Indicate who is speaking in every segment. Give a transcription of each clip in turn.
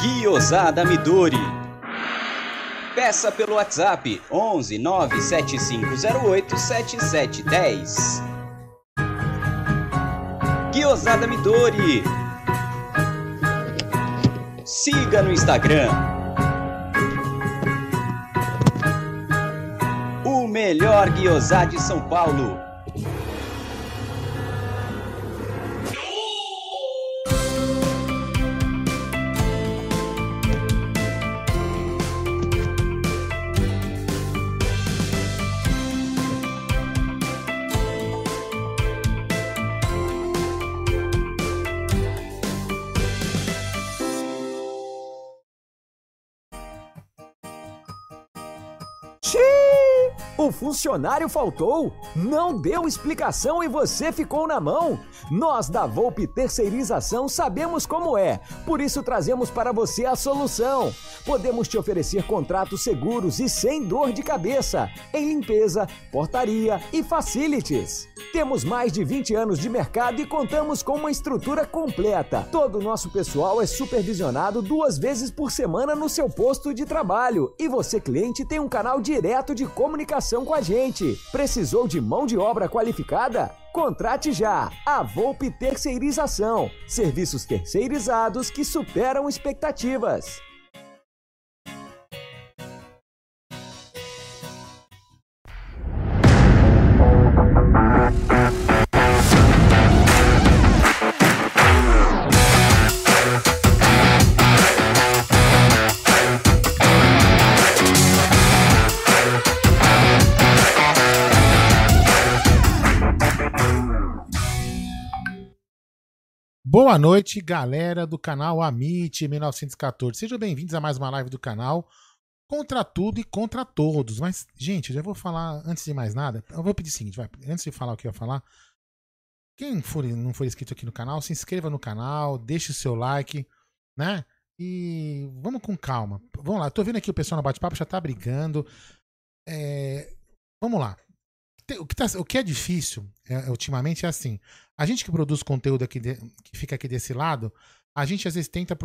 Speaker 1: Guiozada Midori. Peça pelo WhatsApp 11 97508 7710. Guiozada Midori. Siga no Instagram. O melhor guiozá de São Paulo.
Speaker 2: O funcionário faltou, não deu explicação e você ficou na mão. Nós da Volpe Terceirização sabemos como é, por isso trazemos para você a solução. Podemos te oferecer contratos seguros e sem dor de cabeça, em limpeza, portaria e facilities. Temos mais de 20 anos de mercado e contamos com uma estrutura completa. Todo o nosso pessoal é supervisionado 2 vezes por semana no seu posto de trabalho. E você, cliente, tem um canal direto de comunicação com a gente. Precisou de mão de obra qualificada? Contrate já! A Volpe Terceirização. Serviços terceirizados que superam expectativas.
Speaker 3: Boa noite, galera do canal Amit 1914. Sejam bem-vindos a mais uma live do canal Contra Tudo e Contra Todos. Mas, gente, eu já vou falar, antes de mais nada, eu vou pedir o seguinte, antes de falar o que eu ia falar, quem não for inscrito aqui no canal, se inscreva no canal, deixe o seu like, né? E vamos com calma. Vamos lá, eu tô vendo aqui o pessoal no bate-papo já tá brigando. Vamos lá. O que é difícil, ultimamente, é assim. A gente que produz conteúdo aqui, que fica aqui desse lado, a gente às vezes tenta,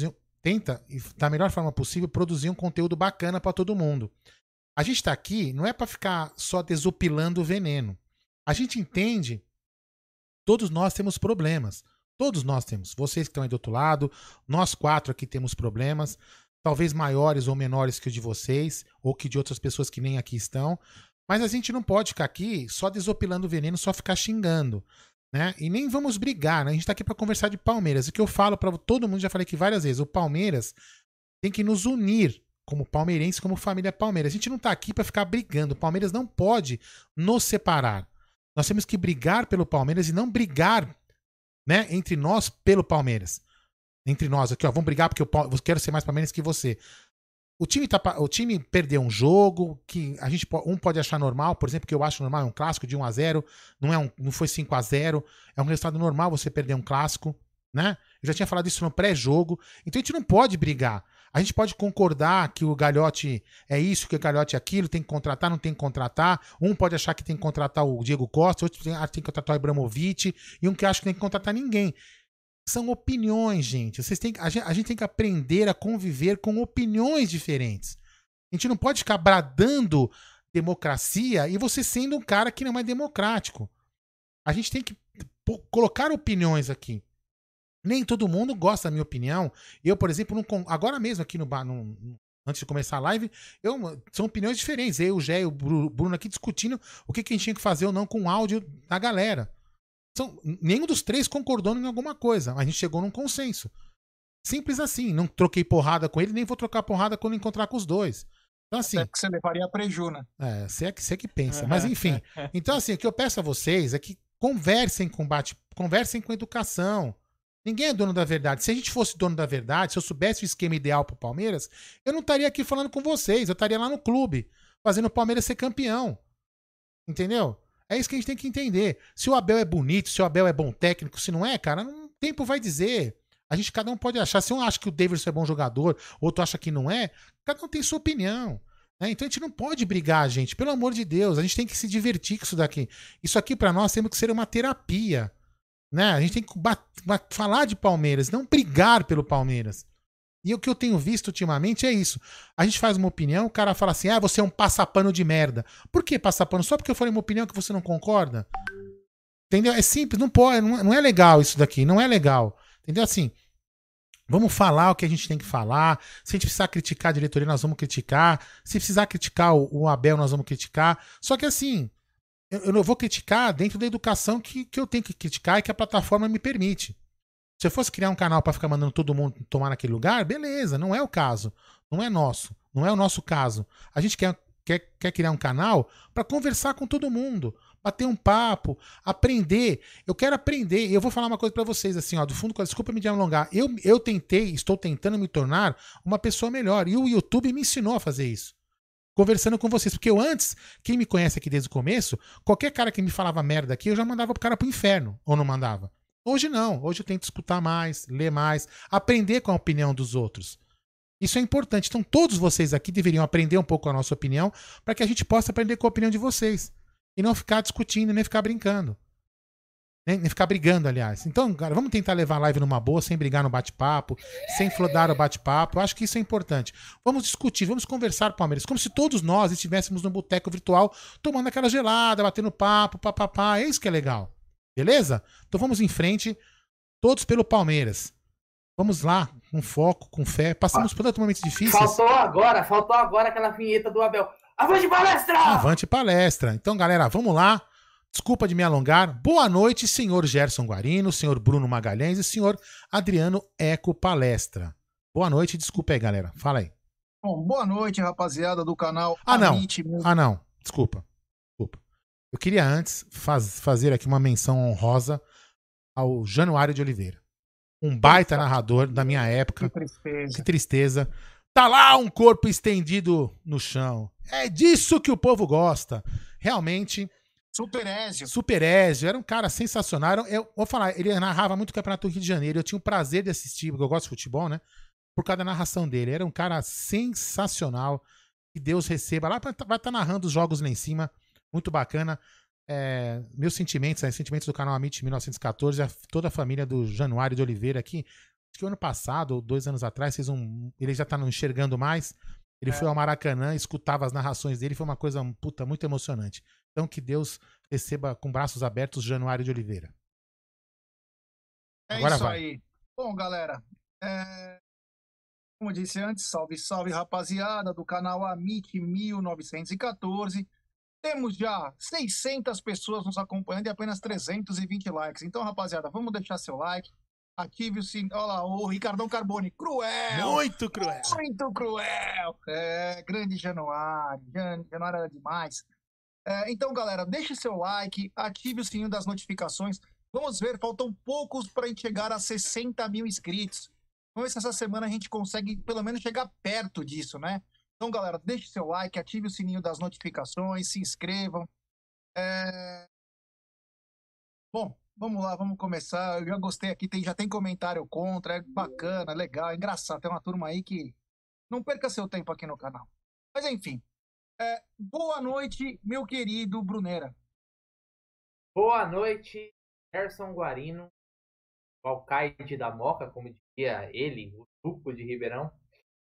Speaker 3: e da melhor forma possível, produzir um conteúdo bacana para todo mundo. A gente tá aqui, não é para ficar só desopilando o veneno. A gente entende, todos nós temos problemas. Todos nós temos. Vocês que estão aí do outro lado, nós 4 aqui temos problemas, talvez maiores ou menores que o de vocês, ou que de outras pessoas que nem aqui estão. Mas a gente não pode ficar aqui só desopilando o veneno, só ficar xingando, né? E nem vamos brigar, né? A gente tá aqui para conversar de Palmeiras. O que eu falo para todo mundo, já falei aqui várias vezes, o Palmeiras tem que nos unir como palmeirense, como família Palmeiras. A gente não tá aqui para ficar brigando. O Palmeiras não pode nos separar. Nós temos que brigar pelo Palmeiras e não brigar, né, entre nós pelo Palmeiras. Entre nós aqui, ó, vamos brigar porque eu quero ser mais palmeirense que você. O time perdeu um jogo que a gente pode achar normal, por exemplo, que eu acho normal, é um clássico de 1-0, não foi 5-0, é um resultado normal você perder um clássico, né? Eu já tinha falado isso no pré-jogo, então a gente não pode brigar. A gente pode concordar que o Galhote é isso, que o Galhote é aquilo, tem que contratar, não tem que contratar. Um pode achar que tem que contratar o Diego Costa, outro tem que contratar o Ibrahimovic, e um que acha que tem que contratar ninguém. São opiniões, gente. A gente tem que aprender a conviver com opiniões diferentes. A gente não pode ficar bradando democracia e você sendo um cara que não é democrático. A gente tem que colocar opiniões aqui. Nem todo mundo gosta da minha opinião. Eu, por exemplo, agora mesmo aqui antes de começar a live, são opiniões diferentes. Eu, o Gé e o Bruno aqui discutindo o que a gente tinha que fazer ou não com o áudio da galera. Nenhum dos 3 concordou em alguma coisa. A gente chegou num consenso. Simples assim. Não troquei porrada com ele, nem vou trocar porrada quando encontrar com os dois. Então, assim.
Speaker 4: Até que você levaria preju, né?
Speaker 3: Você é que pensa. Mas, enfim. Então, assim, o que eu peço a vocês é que conversem com educação. Ninguém é dono da verdade. Se a gente fosse dono da verdade, se eu soubesse o esquema ideal pro Palmeiras, eu não estaria aqui falando com vocês. Eu estaria lá no clube, fazendo o Palmeiras ser campeão. Entendeu? É isso que a gente tem que entender. Se o Abel é bonito, se o Abel é bom técnico, se não é, cara, o tempo vai dizer. Cada um pode achar. Se um acha que o Davidson é bom jogador, outro acha que não é, cada um tem sua opinião. Né? Então a gente não pode brigar, gente. Pelo amor de Deus, a gente tem que se divertir com isso daqui. Isso aqui pra nós temos que ser uma terapia. Né? A gente tem que falar de Palmeiras, não brigar pelo Palmeiras. E o que eu tenho visto ultimamente é isso. A gente faz uma opinião, o cara fala assim, você é um passapano de merda. Por que passapano? Só porque eu falei uma opinião que você não concorda? Entendeu? É simples, não pode, não é legal isso daqui, não é legal. Entendeu? Assim, vamos falar o que a gente tem que falar. Se a gente precisar criticar a diretoria, nós vamos criticar. Se precisar criticar o Abel, nós vamos criticar. Só que assim, eu não vou criticar dentro da educação que eu tenho que criticar e que a plataforma me permite. Se eu fosse criar um canal para ficar mandando todo mundo tomar naquele lugar, beleza, não é o caso. Não é nosso. Não é o nosso caso. A gente quer criar um canal para conversar com todo mundo, bater um papo, aprender. Eu quero aprender. E eu vou falar uma coisa para vocês, assim, ó, do fundo, desculpa me alongar. Eu estou tentando me tornar uma pessoa melhor. E o YouTube me ensinou a fazer isso. Conversando com vocês. Porque eu antes, quem me conhece aqui desde o começo, qualquer cara que me falava merda aqui, eu já mandava pro cara pro inferno. Ou não mandava? Hoje não. Hoje eu tento escutar mais, ler mais, aprender com a opinião dos outros. Isso é importante. Então todos vocês aqui deveriam aprender um pouco com a nossa opinião para que a gente possa aprender com a opinião de vocês. E não ficar discutindo, nem ficar brincando. Nem ficar brigando, aliás. Então, cara, vamos tentar levar a live numa boa, sem brigar no bate-papo, sem flodar o bate-papo. Eu acho que isso é importante. Vamos discutir, vamos conversar, Palmeiras, como se todos nós estivéssemos num boteco virtual tomando aquela gelada, batendo papo, papapá. É isso que é legal. Beleza? Então vamos em frente, todos pelo Palmeiras. Vamos lá, com foco, com fé. Passamos por tantos momentos difíceis.
Speaker 4: Faltou agora aquela vinheta do Abel. Avante palestra!
Speaker 3: Avante palestra. Então, galera, vamos lá. Desculpa de me alongar. Boa noite, senhor Gerson Guarino, senhor Bruno Magalhães e senhor Adriano Eco Palestra. Boa noite, desculpa aí, galera. Fala aí.
Speaker 5: Bom, boa noite, rapaziada do canal
Speaker 3: Amit. Não. Desculpa. Eu queria antes fazer aqui uma menção honrosa ao Januário de Oliveira. Um baita narrador da minha época. Que tristeza. Tá lá um corpo estendido no chão. É disso que o povo gosta. Realmente. Super Ézio. Era um cara sensacional. Eu vou falar, ele narrava muito o Campeonato do Rio de Janeiro. Eu tinha o prazer de assistir, porque eu gosto de futebol, né? Por causa da narração dele. Era um cara sensacional. Que Deus receba. Lá vai estar narrando os jogos lá em cima. Muito bacana. Meus sentimentos, sentimentos do canal Amit 1914, toda a família do Januário de Oliveira aqui. Acho que o ano passado, ou 2 anos atrás, ele já tá não enxergando mais. Ele foi ao Maracanã, escutava as narrações dele, foi uma coisa muito emocionante. Então que Deus receba com braços abertos Januário de Oliveira.
Speaker 5: Agora isso vai. Aí. Bom, galera, como eu disse antes, salve rapaziada do canal Amit 1914. Temos já 600 pessoas nos acompanhando e apenas 320 likes. Então, rapaziada, vamos deixar seu like. Ative o sininho. Olha lá, o Ricardão Carbone. Cruel!
Speaker 3: Muito cruel!
Speaker 5: Muito cruel! Grande Januário. Januário era demais. Então, galera, deixe seu like. Ative o sininho das notificações. Vamos ver, faltam poucos para a gente chegar a 60 mil inscritos. Vamos ver se essa semana a gente consegue pelo menos chegar perto disso, né? Então, galera, deixe seu like, ative o sininho das notificações, se inscrevam. Bom, vamos lá, vamos começar. Eu já gostei aqui, já tem comentário contra, é bacana, legal, é engraçado. Tem uma turma aí que não perca seu tempo aqui no canal. Mas, enfim, boa noite, meu querido Brunera.
Speaker 4: Boa noite, Gerson Guarino, o alcaide da Moca, como dizia ele, o Duco de Ribeirão.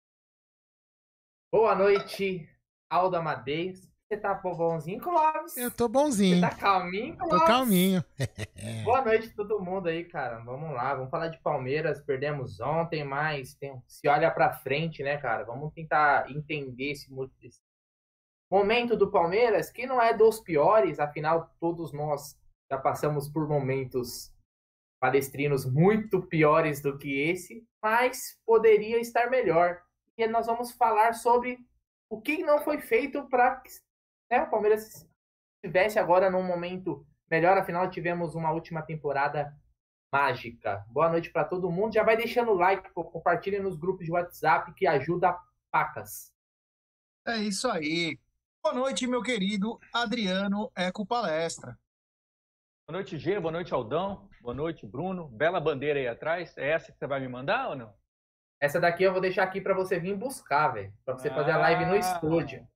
Speaker 4: Boa noite, Aldo Amadeios. Você tá bonzinho, Clóvis?
Speaker 3: Eu tô bonzinho.
Speaker 4: Você tá calminho, Clóvis?
Speaker 3: Tô calminho.
Speaker 4: Boa noite todo mundo aí, cara. Vamos lá, vamos falar de Palmeiras. Perdemos ontem, mas se olha pra frente, né, cara? Vamos tentar entender esse momento do Palmeiras, que não é dos piores, afinal, todos nós já passamos por momentos palestrinos muito piores do que esse, mas poderia estar melhor. E nós vamos falar sobre o que não foi feito para que o Palmeiras estivesse agora num momento melhor. Afinal, tivemos uma última temporada mágica. Boa noite para todo mundo. Já vai deixando o like, compartilhem nos grupos de WhatsApp que ajuda pacas.
Speaker 5: É isso aí. Boa noite, meu querido Adriano Eco Palestra.
Speaker 6: Boa noite, Gê. Boa noite, Aldão. Boa noite, Bruno. Bela bandeira aí atrás. É essa que você vai me mandar ou não?
Speaker 4: Essa daqui eu vou deixar aqui para você vir buscar, velho. Para você fazer a live no estúdio.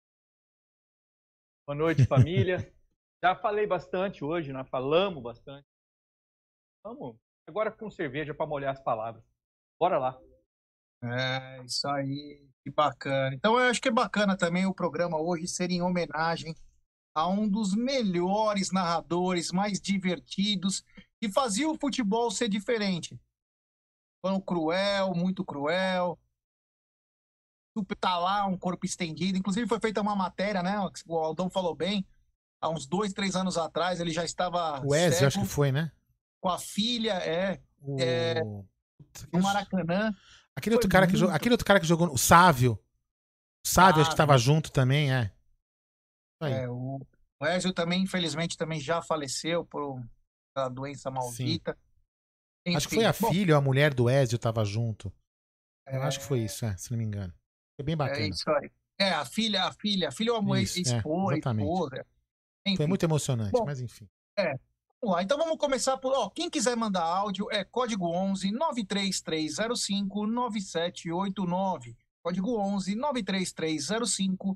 Speaker 6: Boa noite, família. Já falei bastante hoje, nós falamos bastante. Vamos agora com cerveja para molhar as palavras. Bora lá.
Speaker 5: É, isso aí, que bacana. Então, eu acho que é bacana também o programa hoje ser em homenagem a um dos melhores narradores, mais divertidos, que fazia o futebol ser diferente. Foi um cruel, muito cruel. Tá lá, um corpo estendido. Inclusive, foi feita uma matéria, né? O Aldão falou bem. Há uns 2, 3 anos atrás, ele já estava
Speaker 3: O Ezio, acho
Speaker 5: cego,
Speaker 3: que foi, né?
Speaker 5: com a filha,
Speaker 3: O...
Speaker 5: no Maracanã.
Speaker 3: Aquele outro cara que jogou. O Sávio. O Sávio, acho que tava junto também, é. Aí.
Speaker 5: O Ezio também, infelizmente, também já faleceu por uma doença maldita. Enfim,
Speaker 3: acho que foi a filha ou a mulher do Ezio tava junto. Eu acho que foi isso, se não me engano. Foi bem bacana.
Speaker 5: É isso aí. A filha ou a esposa. Enfim.
Speaker 3: Foi muito emocionante,
Speaker 5: bom,
Speaker 3: mas enfim.
Speaker 5: Vamos lá, então vamos começar por. Quem quiser mandar áudio é código 11 93305 9789. Código 11 93305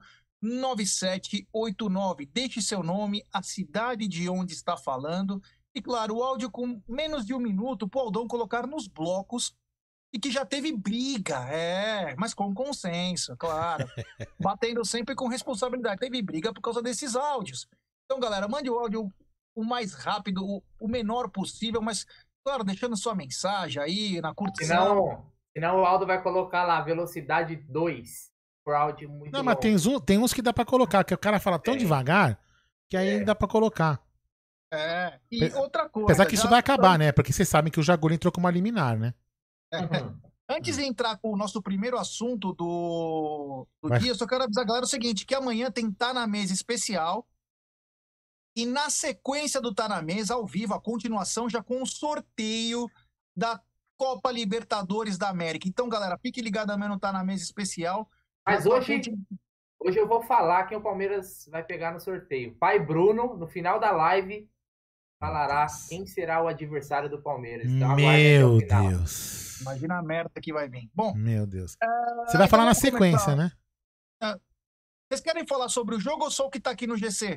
Speaker 5: 9789. Deixe seu nome, a cidade de onde está falando. E, claro, o áudio com menos de 1 minuto, pro Aldão colocar nos blocos. E que já teve briga, mas com consenso, claro. Batendo sempre com responsabilidade. Teve briga por causa desses áudios. Então, galera, mande o áudio o mais rápido, o menor possível, mas, claro, deixando sua mensagem aí na curtição.
Speaker 4: Senão o Aldo vai colocar lá, velocidade 2, por áudio muito
Speaker 3: Não, mas tem uns que dá pra colocar, que o cara fala tão devagar, que aí dá pra colocar.
Speaker 5: E outra coisa...
Speaker 3: Apesar que isso vai acabar, né? Porque vocês sabem que o Jaguli entrou com uma liminar, né?
Speaker 5: Antes de entrar com o nosso primeiro assunto do dia, eu só quero avisar a galera o seguinte, que amanhã tem Tá Na Mesa especial, e na sequência do Tá Na Mesa, ao vivo, a continuação já com o sorteio da Copa Libertadores da América. Então, galera, fique ligado amanhã no Tá Na Mesa especial.
Speaker 4: Mas hoje eu vou falar quem o Palmeiras vai pegar no sorteio. Pai Bruno, no final da live, falará quem será o adversário do Palmeiras. Então,
Speaker 3: meu Deus.
Speaker 5: Imagina a merda que vai vir. Bom,
Speaker 3: meu Deus. Você vai falar na sequência, né?
Speaker 5: Vocês querem falar sobre o jogo ou só o que tá aqui no GC?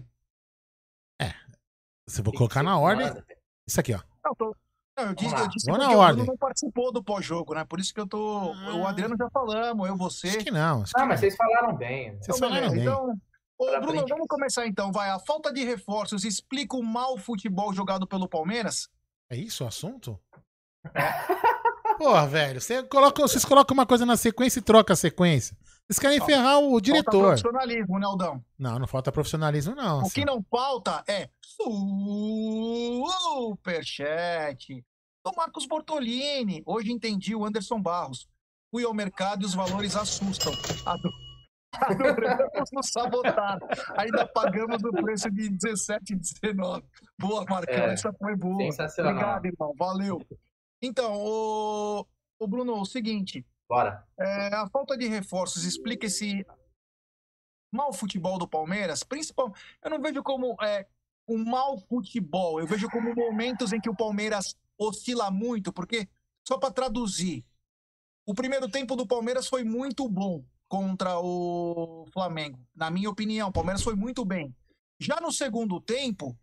Speaker 3: Você vou colocar na ordem. Isso aqui, ó.
Speaker 5: Eu disse que
Speaker 3: na
Speaker 5: o
Speaker 3: ordem.
Speaker 5: Bruno não participou do pós-jogo, né? Por isso que eu tô... O Adriano já falamos, você...
Speaker 3: Acho que não.
Speaker 4: Mas vocês falaram bem.
Speaker 3: Vocês falaram bem.
Speaker 5: Então, Bruno, vamos começar então. A falta de reforços explica o mau futebol jogado pelo Palmeiras?
Speaker 3: É isso o assunto? Porra, velho, vocês colocam uma coisa na sequência e trocam a sequência. Vocês querem ferrar o diretor.
Speaker 5: Falta profissionalismo, né, Aldão?
Speaker 3: Não falta profissionalismo, não.
Speaker 5: O que não falta é superchat do Marcos Bortolini. Hoje entendi o Anderson Barros. Fui ao mercado e os valores assustam. Adoramos nos sabotar. Ainda pagamos o preço de 17,19. Boa, Marcão, essa foi boa.
Speaker 4: Sensacional.
Speaker 5: Obrigado, irmão. Valeu. Então, o Bruno, o seguinte.
Speaker 4: Bora.
Speaker 5: A falta de reforços explica esse mau futebol do Palmeiras? Principalmente, eu não vejo como um mau futebol. Eu vejo como momentos em que o Palmeiras oscila muito, porque, só para traduzir, o primeiro tempo do Palmeiras foi muito bom contra o Flamengo. Na minha opinião, o Palmeiras foi muito bem. Já no segundo tempo,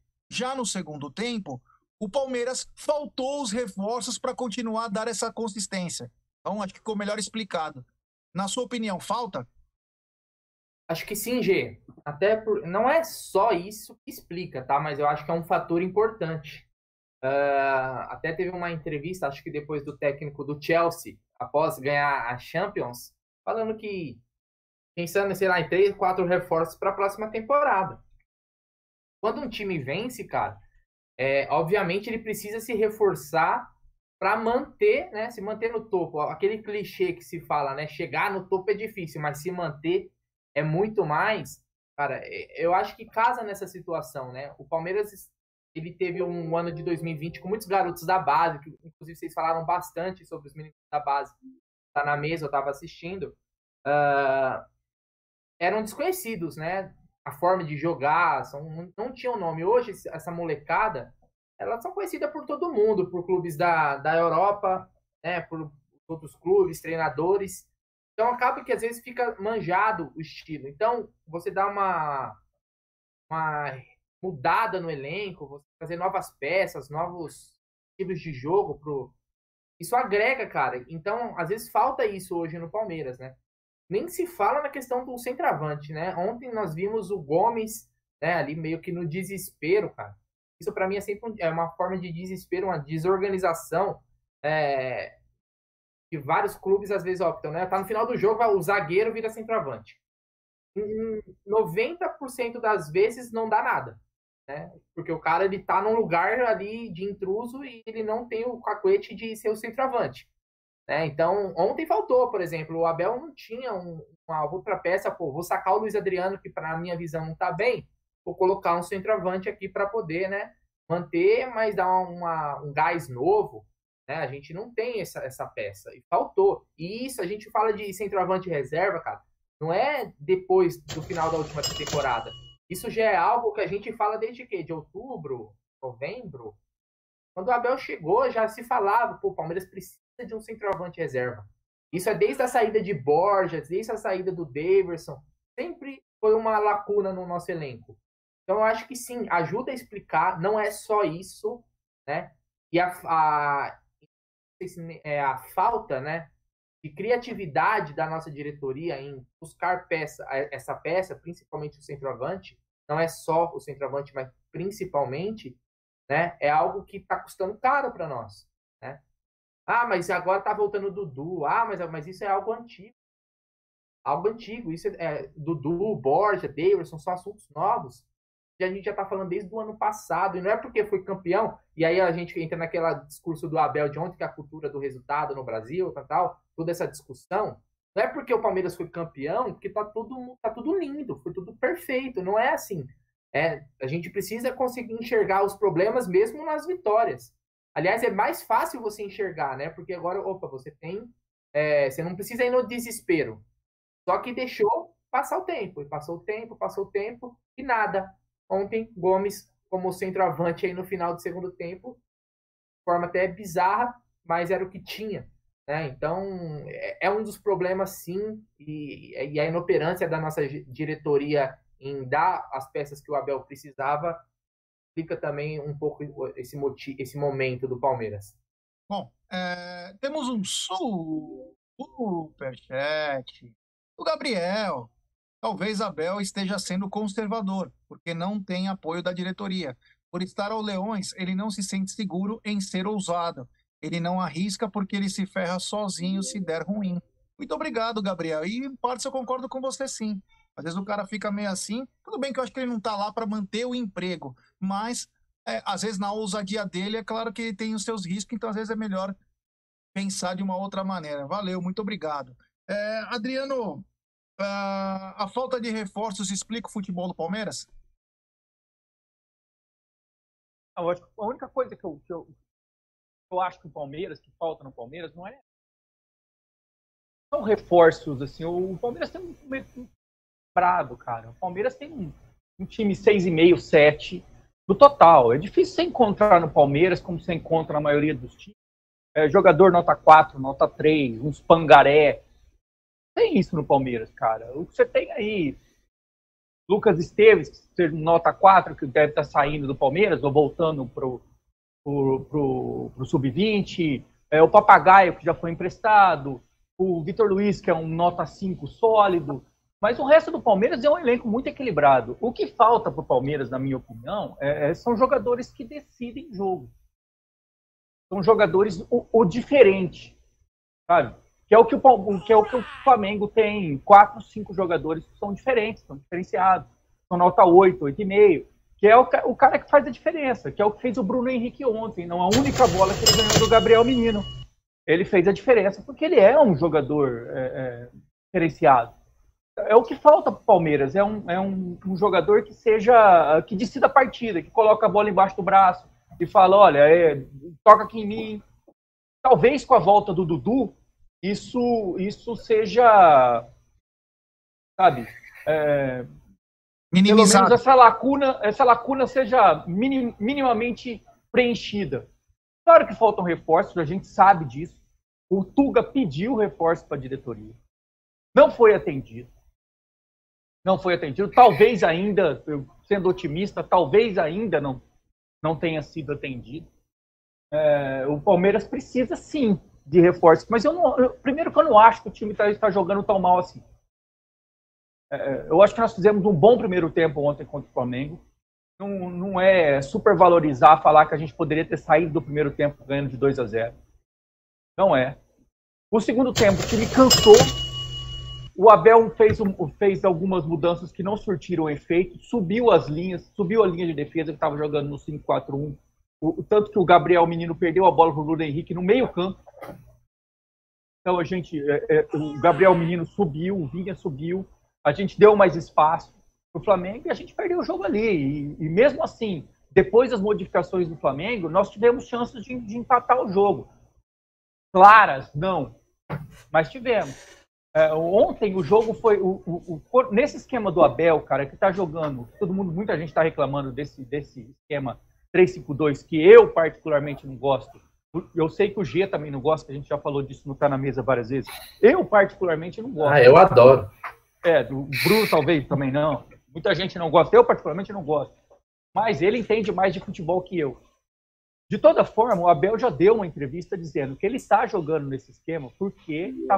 Speaker 5: o Palmeiras faltou os reforços para continuar a dar essa consistência. Então, acho que ficou melhor explicado. Na sua opinião, falta?
Speaker 4: Acho que sim, G. Não é só isso que explica, tá? Mas eu acho que é um fator importante. Até teve uma entrevista, acho que depois do técnico do Chelsea, após ganhar a Champions, falando que, pensando, sei lá, em 3, 4 reforços para a próxima temporada. Quando um time vence, cara, obviamente ele precisa se reforçar para manter, né, se manter no topo. Aquele clichê que se fala, né, chegar no topo é difícil, mas se manter é muito mais. Cara, eu acho que casa nessa situação, né? O Palmeiras, ele teve um ano de 2020 com muitos garotos da base, que inclusive vocês falaram bastante sobre os meninos da base. Tá na mesa, eu estava assistindo. Eram desconhecidos, né? A forma de jogar, não tinham nome. Hoje, essa molecada, elas são conhecidas por todo mundo, por clubes da Europa, né, por outros clubes, treinadores. Então, acaba que às vezes fica manjado o estilo. Então, você dá uma mudada no elenco, você fazer novas peças, novos estilos de jogo Isso agrega, cara. Então, às vezes falta isso hoje no Palmeiras, né? Nem se fala na questão do centroavante, né? Ontem nós vimos o Gomes, né, ali meio que no desespero, cara. Isso para mim é sempre uma forma de desespero, uma desorganização que vários clubes às vezes optam, né? Tá no final do jogo, o zagueiro vira centroavante. Em 90% das vezes não dá nada, né? Porque o cara ele tá num lugar ali de intruso e ele não tem o cacuete de ser o centroavante, né? Então, ontem faltou, por exemplo, o Abel não tinha uma outra peça, pô, vou sacar o Luiz Adriano, que para minha visão não tá bem, vou colocar um centroavante aqui para poder, né, manter, mas dar um gás novo, né? A gente não tem essa peça, e faltou. E isso, a gente fala de centroavante reserva, cara, não é depois do final da última temporada. Isso já é algo que a gente fala desde quê? De outubro, novembro? Quando o Abel chegou, já se falava, pô, o Palmeiras precisa de um centroavante reserva. Isso é desde a saída de Borja, desde a saída do Daverson, sempre foi uma lacuna no nosso elenco. Então, eu acho que sim, ajuda a explicar, não é só isso, né? E a falta, né, de criatividade da nossa diretoria em buscar essa peça, principalmente o centroavante, não é só o centroavante, mas principalmente, né, é algo que está custando caro para nós, né? Ah, mas agora está voltando o Dudu. Ah, mas isso é algo antigo. Algo antigo. Isso Dudu, Borja, Daverson, são assuntos novos que a gente já está falando desde o ano passado. E não é porque foi campeão, e aí a gente entra naquele discurso do Abel de ontem, que é a cultura do resultado no Brasil, tal, toda essa discussão. Não é porque o Palmeiras foi campeão que tá tudo lindo, foi tudo perfeito. Não é assim. A gente precisa conseguir enxergar os problemas mesmo nas vitórias. Aliás, é mais fácil você enxergar, né? Porque agora, você tem... você não precisa ir no desespero. Só que deixou passar o tempo. E passou o tempo e nada. Ontem, Gomes, como centroavante aí no final do segundo tempo, de forma até bizarra, mas era o que tinha, né? Então, é um dos problemas, sim. E a inoperância da nossa diretoria em dar as peças que o Abel precisava explica também um pouco esse momento do Palmeiras.
Speaker 5: Bom, temos um superchat do Gabriel. Talvez Abel esteja sendo conservador, porque não tem apoio da diretoria. Por estar ao Leões, ele não se sente seguro em ser ousado. Ele não arrisca porque ele se ferra sozinho se der ruim. Muito obrigado, Gabriel. E em parte eu concordo com você, sim. Às vezes o cara fica meio assim. Tudo bem que eu acho que ele não tá lá para manter o emprego, mas às vezes na ousadia dele, é claro que ele tem os seus riscos, então às vezes é melhor pensar de uma outra maneira. Valeu, muito obrigado. Adriano, a falta de reforços explica o futebol do Palmeiras?
Speaker 6: A única coisa que eu acho que que falta no Palmeiras, não são reforços, assim. O Palmeiras tem um brado, cara. O Palmeiras tem um time 6,5, 7 no total. É difícil você encontrar no Palmeiras, como você encontra na maioria dos times. Jogador nota 4, nota 3, uns pangaré. Tem isso no Palmeiras, cara. O que você tem aí, Lucas Esteves, nota 4, que deve estar saindo do Palmeiras, ou voltando pro Sub-20, o Papagaio, que já foi emprestado, o Vitor Luiz, que é um nota 5 sólido, mas o resto do Palmeiras é um elenco muito equilibrado. O que falta para o Palmeiras, na minha opinião, são jogadores que decidem jogo. São jogadores o diferente, sabe? Que é o que o Flamengo tem 4, 5 jogadores que são diferentes, são diferenciados, são nota 8, 8,5, que é o cara que faz a diferença, que é o que fez o Bruno Henrique ontem, não a única bola que ele ganhou do Gabriel Menino. Ele fez a diferença porque ele é um jogador diferenciado. É o que falta para o Palmeiras, é um jogador que decida a partida, que coloca a bola embaixo do braço e fala, olha, toca aqui em mim. Talvez com a volta do Dudu, isso seja, sabe,
Speaker 5: minimizado.
Speaker 6: Pelo menos essa lacuna seja minimamente preenchida. Claro que faltam reforços, a gente sabe disso. O Tuga pediu reforço para a diretoria. Não foi atendido. Talvez ainda, sendo otimista, talvez ainda não tenha sido atendido. O Palmeiras precisa, sim, de reforços. Mas primeiro que eu não acho que o time está jogando tão mal assim. Eu acho que nós fizemos um bom primeiro tempo ontem contra o Flamengo. Não é supervalorizar, falar que a gente poderia ter saído do primeiro tempo ganhando de 2-0. Não é. O segundo tempo, o time cansou. O Abel fez algumas mudanças que não surtiram efeito, subiu a linha de defesa que estava jogando no 5-4-1. Tanto que o Gabriel Menino perdeu a bola para o Bruno Henrique no meio campo. Então o Gabriel Menino subiu, o Vinha subiu, a gente deu mais espaço para o Flamengo e a gente perdeu o jogo ali. E mesmo assim, depois das modificações do Flamengo, nós tivemos chances de empatar o jogo. Claras, não. Mas tivemos. Ontem o jogo foi... nesse esquema do Abel, cara, que tá jogando... Muita gente tá reclamando desse esquema 3-5-2, que eu particularmente não gosto. Eu sei que o G também não gosta, que a gente já falou disso no Tá Na Mesa várias vezes. Eu particularmente não gosto.
Speaker 4: Eu adoro.
Speaker 6: Do Bruno talvez também não. Muita gente não gosta. Eu particularmente não gosto. Mas ele entende mais de futebol que eu. De toda forma, o Abel já deu uma entrevista dizendo que ele está jogando nesse esquema porque está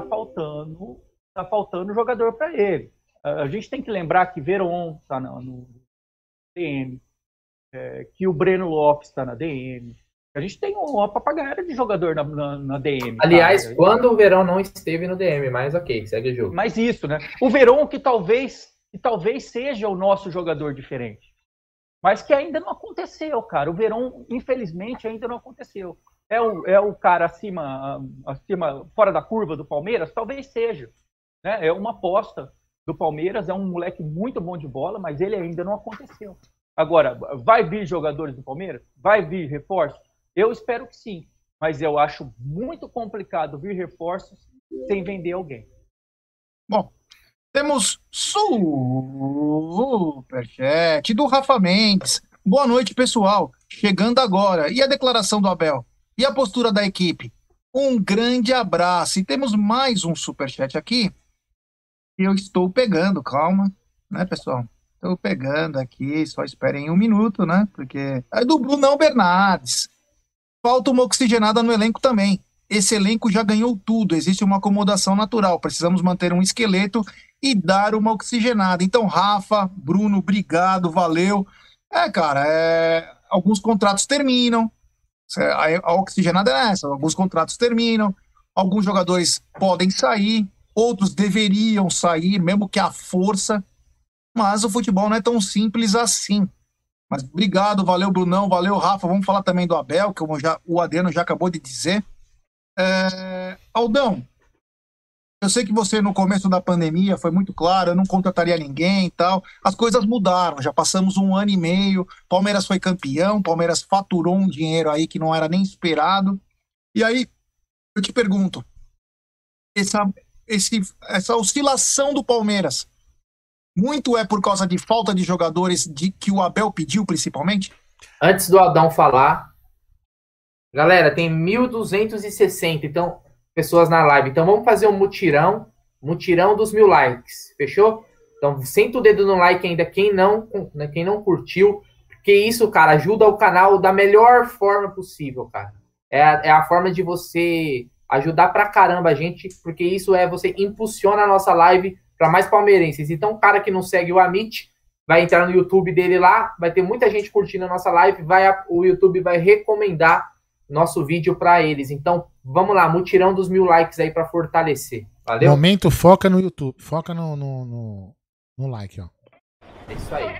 Speaker 6: faltando jogador para ele. A gente tem que lembrar que Veron está no DM, que o Breno Lopes está na DM. A gente tem uma papagaia de jogador na DM.
Speaker 4: Aliás, quando o Verón não esteve no DM, mas ok, segue o jogo.
Speaker 6: Mas isso, né? O Veron que talvez seja o nosso jogador diferente. Mas que ainda não aconteceu, cara. O Veron, infelizmente, ainda não aconteceu. É o cara acima, fora da curva do Palmeiras? Talvez seja. Né? É uma aposta do Palmeiras, é um moleque muito bom de bola, mas ele ainda não aconteceu. Agora, vai vir jogadores do Palmeiras? Vai vir reforços? Eu espero que sim. Mas eu acho muito complicado vir reforços sem vender alguém.
Speaker 5: Bom, temos superchat do Rafa Mendes. Boa noite, pessoal. Chegando agora. E a declaração do Abel? E a postura da equipe? Um grande abraço. E temos mais um superchat aqui. E eu estou pegando, calma, né, pessoal? Estou pegando aqui, só esperem um minuto, né? Porque é do Brunão Bernardes. Falta uma oxigenada no elenco também. Esse elenco já ganhou tudo, existe uma acomodação natural. Precisamos manter um esqueleto e dar uma oxigenada. Então, Rafa, Bruno, obrigado, valeu. Cara, alguns contratos terminam. A oxigenada é essa, alguns contratos terminam, alguns jogadores podem sair, outros deveriam sair, mesmo que à força. Mas o futebol não é tão simples assim. Mas obrigado, valeu, Brunão, valeu, Rafa. Vamos falar também do Abel, que o Adriano já acabou de dizer. Aldão, eu sei que você no começo da pandemia foi muito claro, eu não contrataria ninguém e tal. As coisas mudaram, já passamos 1 ano e meio, Palmeiras foi campeão, Palmeiras faturou um dinheiro aí que não era nem esperado. E aí, eu te pergunto, essa oscilação do Palmeiras, muito é por causa de falta de jogadores que o Abel pediu, principalmente?
Speaker 4: Antes do Aldão falar, galera, tem 1.260 pessoas na live. Então vamos fazer um mutirão dos 1.000 likes, fechou? Então senta o dedo no like ainda, quem não curtiu, porque isso, cara, ajuda o canal da melhor forma possível, cara. É a forma de você ajudar pra caramba a gente, porque isso você impulsiona a nossa live para mais palmeirenses. Então, o cara que não segue o Amit vai entrar no YouTube dele lá, vai ter muita gente curtindo a nossa live, o YouTube vai recomendar nosso vídeo para eles. Então, vamos lá, mutirão dos 1.000 likes aí para fortalecer. Valeu?
Speaker 3: Momento, foca no YouTube, foca no like, ó.
Speaker 4: É isso aí.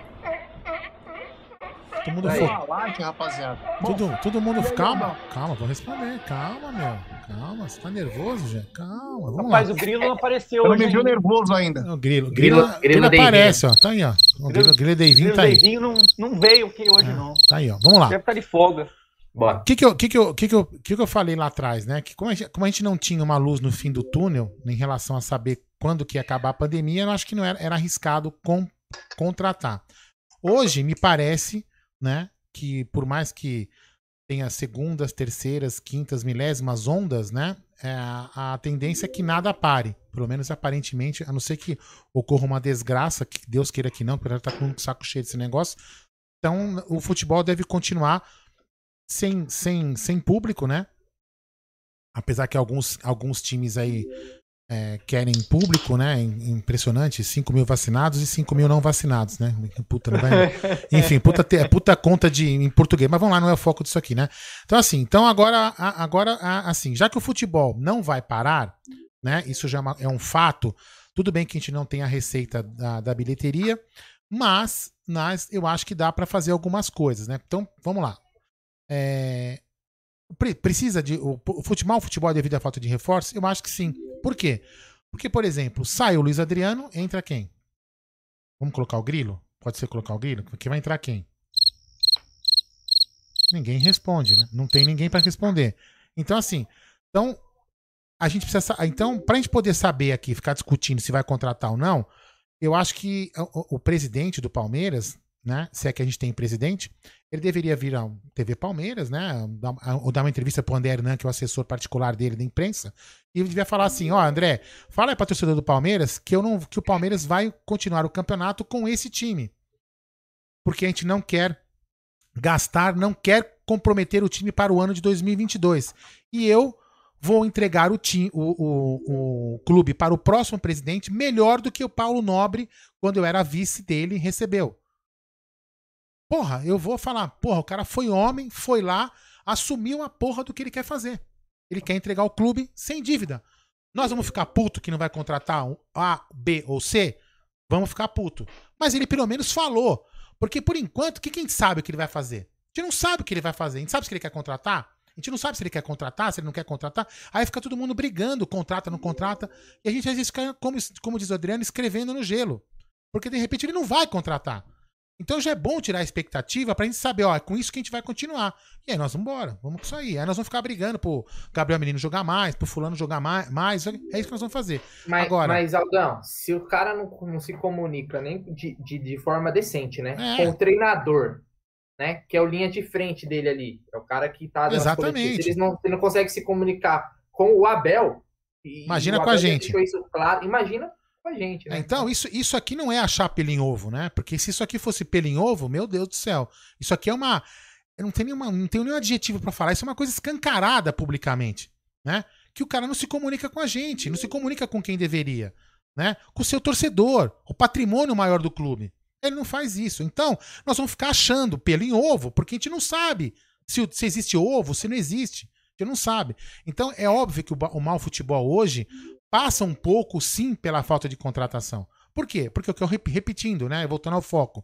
Speaker 3: Todo mundo foca.
Speaker 5: Like, rapaziada.
Speaker 3: Todo mundo, calma, vou responder. Calma, meu. Calma, você tá nervoso, já? Calma, vamos
Speaker 6: Rapaz,
Speaker 3: lá.
Speaker 6: o Grilo não apareceu
Speaker 5: Eu
Speaker 6: hoje.
Speaker 5: não me viu nervoso ainda.
Speaker 3: O Grilo
Speaker 4: Grilo
Speaker 3: aparece, ó. Tá aí, ó. O Grilo Deivinho tá aí.
Speaker 6: Deivinho não veio aqui hoje, não.
Speaker 3: Tá aí, ó. Vamos lá.
Speaker 6: Deve estar de folga.
Speaker 4: Bora.
Speaker 3: O que eu falei lá atrás, né? Que como a gente não tinha uma luz no fim do túnel em relação a saber quando que ia acabar a pandemia, eu acho que não era arriscado contratar. Hoje, me parece, né, que por mais que tenha segundas, terceiras, quintas, milésimas ondas, né, a tendência é que nada pare. Pelo menos aparentemente, a não ser que ocorra uma desgraça, que Deus queira que não, porque ela tá com o saco cheio desse negócio. Então, o futebol deve continuar sem público, né? apesar que alguns times aí querem público, né? Impressionante, 5 mil vacinados e 5 mil não vacinados, né? Puta, não vai... Enfim, puta conta em português, mas vamos lá, não é o foco disso aqui, né? Então, assim, agora, assim, já que o futebol não vai parar, né? Isso já é um fato. Tudo bem que a gente não tem a receita da bilheteria, mas eu acho que dá para fazer algumas coisas, né? Então, vamos lá. Precisa de. O futebol devido à falta de reforço? Eu acho que sim. Por quê? Porque, por exemplo, sai o Luiz Adriano, entra quem? Vamos colocar o Grilo? Pode ser colocar o Grilo? Porque vai entrar quem? Ninguém responde, né? Não tem ninguém para responder. Então, assim. A gente precisa. Então, pra gente poder saber aqui, ficar discutindo se vai contratar ou não, eu acho que o presidente do Palmeiras, né? Se é que a gente tem presidente, ele deveria vir ao TV Palmeiras, né? Ou dar uma entrevista pro André Hernan, que é o assessor particular dele da imprensa, e ele devia falar assim: ó, André, fala aí pra torcedor do Palmeiras que o Palmeiras vai continuar o campeonato com esse time. Porque a gente não quer gastar, não quer comprometer o time para o ano de 2022. E eu vou entregar o clube para o próximo presidente melhor do que o Paulo Nobre, quando eu era vice dele, recebeu. Porra, eu vou falar, porra, o cara foi homem, foi lá, assumiu a porra do que ele quer fazer. Ele quer entregar o clube sem dívida. Nós vamos ficar puto que não vai contratar um A, B ou C? Vamos ficar puto. Mas ele pelo menos falou. Porque por enquanto, o que a gente sabe o que ele vai fazer? A gente não sabe o que ele vai fazer. A gente sabe se ele quer contratar? A gente não sabe se ele quer contratar, se ele não quer contratar. Aí fica todo mundo brigando, contrata, não contrata. E a gente às vezes fica, como diz o Adriano, escrevendo no gelo. Porque de repente ele não vai contratar. Então já é bom tirar a expectativa pra gente saber, ó, é com isso que a gente vai continuar. E aí nós vamos embora, vamos com isso aí. Aí nós vamos ficar brigando pro Gabriel Menino jogar mais, pro fulano jogar mais. É isso que nós vamos fazer.
Speaker 4: Mas Aldão, se o cara não se comunica nem de forma decente, né? Com o treinador, né? Que é o linha de frente dele ali. É o cara que tá dando as coletivas. Se ele não consegue se comunicar com o Abel.
Speaker 3: Imagina com a gente.
Speaker 4: Isso claro. Imagina com a gente, né?
Speaker 3: Então, isso aqui não é achar pelo em ovo, né? Porque se isso aqui fosse pelo em ovo, meu Deus do céu. Isso aqui é uma. Eu não tenho nenhum adjetivo pra falar. Isso é uma coisa escancarada publicamente, né? Que o cara não se comunica com a gente, não se comunica com quem deveria, né? Com o seu torcedor, o patrimônio maior do clube. Ele não faz isso. Então, nós vamos ficar achando pelo em ovo, porque a gente não sabe se existe ovo, se não existe. A gente não sabe. Então, é óbvio que o mau futebol hoje passa um pouco, sim, pela falta de contratação. Por quê? Porque o que eu repetindo, né? Voltando ao foco.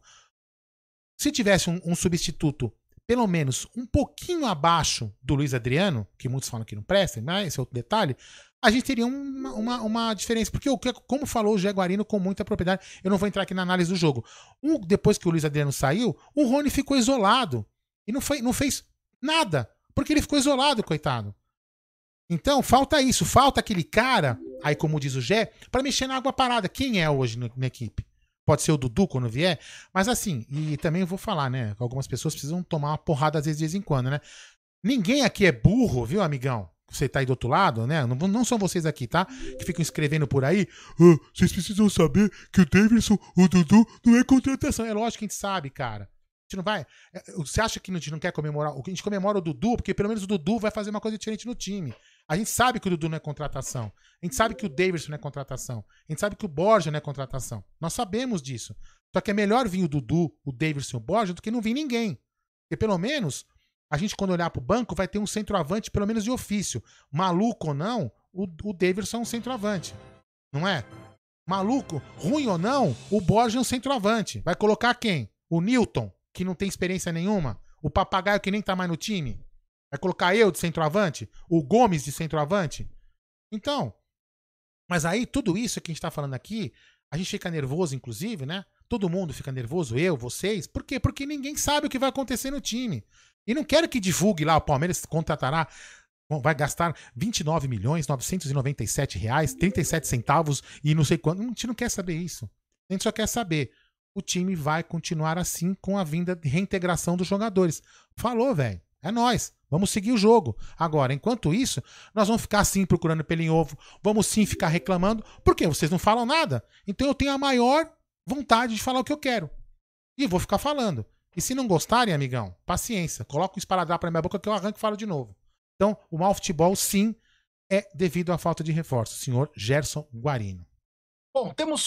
Speaker 3: Se tivesse um substituto, pelo menos um pouquinho abaixo do Luiz Adriano, que muitos falam que não presta, mas esse é outro detalhe, a gente teria uma diferença. Porque, como falou o Jaguarino com muita propriedade, eu não vou entrar aqui na análise do jogo. Depois que o Luiz Adriano saiu, o Rony ficou isolado. E não fez nada. Porque ele ficou isolado, coitado. Então, falta isso. Falta aquele cara, aí como diz o Gé, pra mexer na água parada. Quem é hoje na equipe? Pode ser o Dudu quando vier. Mas assim, e também eu vou falar, né? Algumas pessoas precisam tomar uma porrada às vezes de vez em quando, né? Ninguém aqui é burro, viu, amigão? Você tá aí do outro lado, né? Não são vocês aqui, tá? Que ficam escrevendo por aí. Vocês precisam saber que o Davidson, o Dudu, não é contratação. É lógico que a gente sabe, cara. A gente não vai. Você acha que a gente não quer comemorar? A gente comemora o Dudu, porque pelo menos o Dudu vai fazer uma coisa diferente no time. A gente sabe que o Dudu não é contratação. A gente sabe que o Davidson não é contratação. A gente sabe que o Borja não é contratação. Nós sabemos disso. Só que é melhor vir o Dudu, o Davidson e o Borja do que não vir ninguém. Porque pelo menos a gente, quando olhar pro banco, vai ter um centroavante, pelo menos de ofício. Maluco ou não, o Davidson é um centroavante. Não é? Maluco, ruim ou não, o Borja é um centroavante. Vai colocar quem? O Newton, que não tem experiência nenhuma? O Papagaio, que nem tá mais no time? Vai colocar eu de centroavante? O Gomes de centroavante? Então, mas aí tudo isso que a gente tá falando aqui, a gente fica nervoso, inclusive, né? Todo mundo fica nervoso, eu, vocês. Por quê? Porque ninguém sabe o que vai acontecer no time. E não quero que divulgue lá, o Palmeiras contratará, vai gastar R$29.997, 37 centavos e não sei quanto. A gente não quer saber isso. A gente só quer saber, o time vai continuar assim com a vinda de reintegração dos jogadores. Falou, velho. É nóis. Vamos seguir o jogo. Agora, enquanto isso, nós vamos ficar assim procurando pelo em ovo. Vamos sim ficar reclamando. Porque vocês não falam nada. Então eu tenho a maior vontade de falar o que eu quero. E vou ficar falando. E se não gostarem, amigão, paciência. Coloca um esparadrapo na minha boca que eu arranco e falo de novo. Então, o mau futebol, sim, é devido à falta de reforço. Senhor Gerson Guarino.
Speaker 5: Bom, temos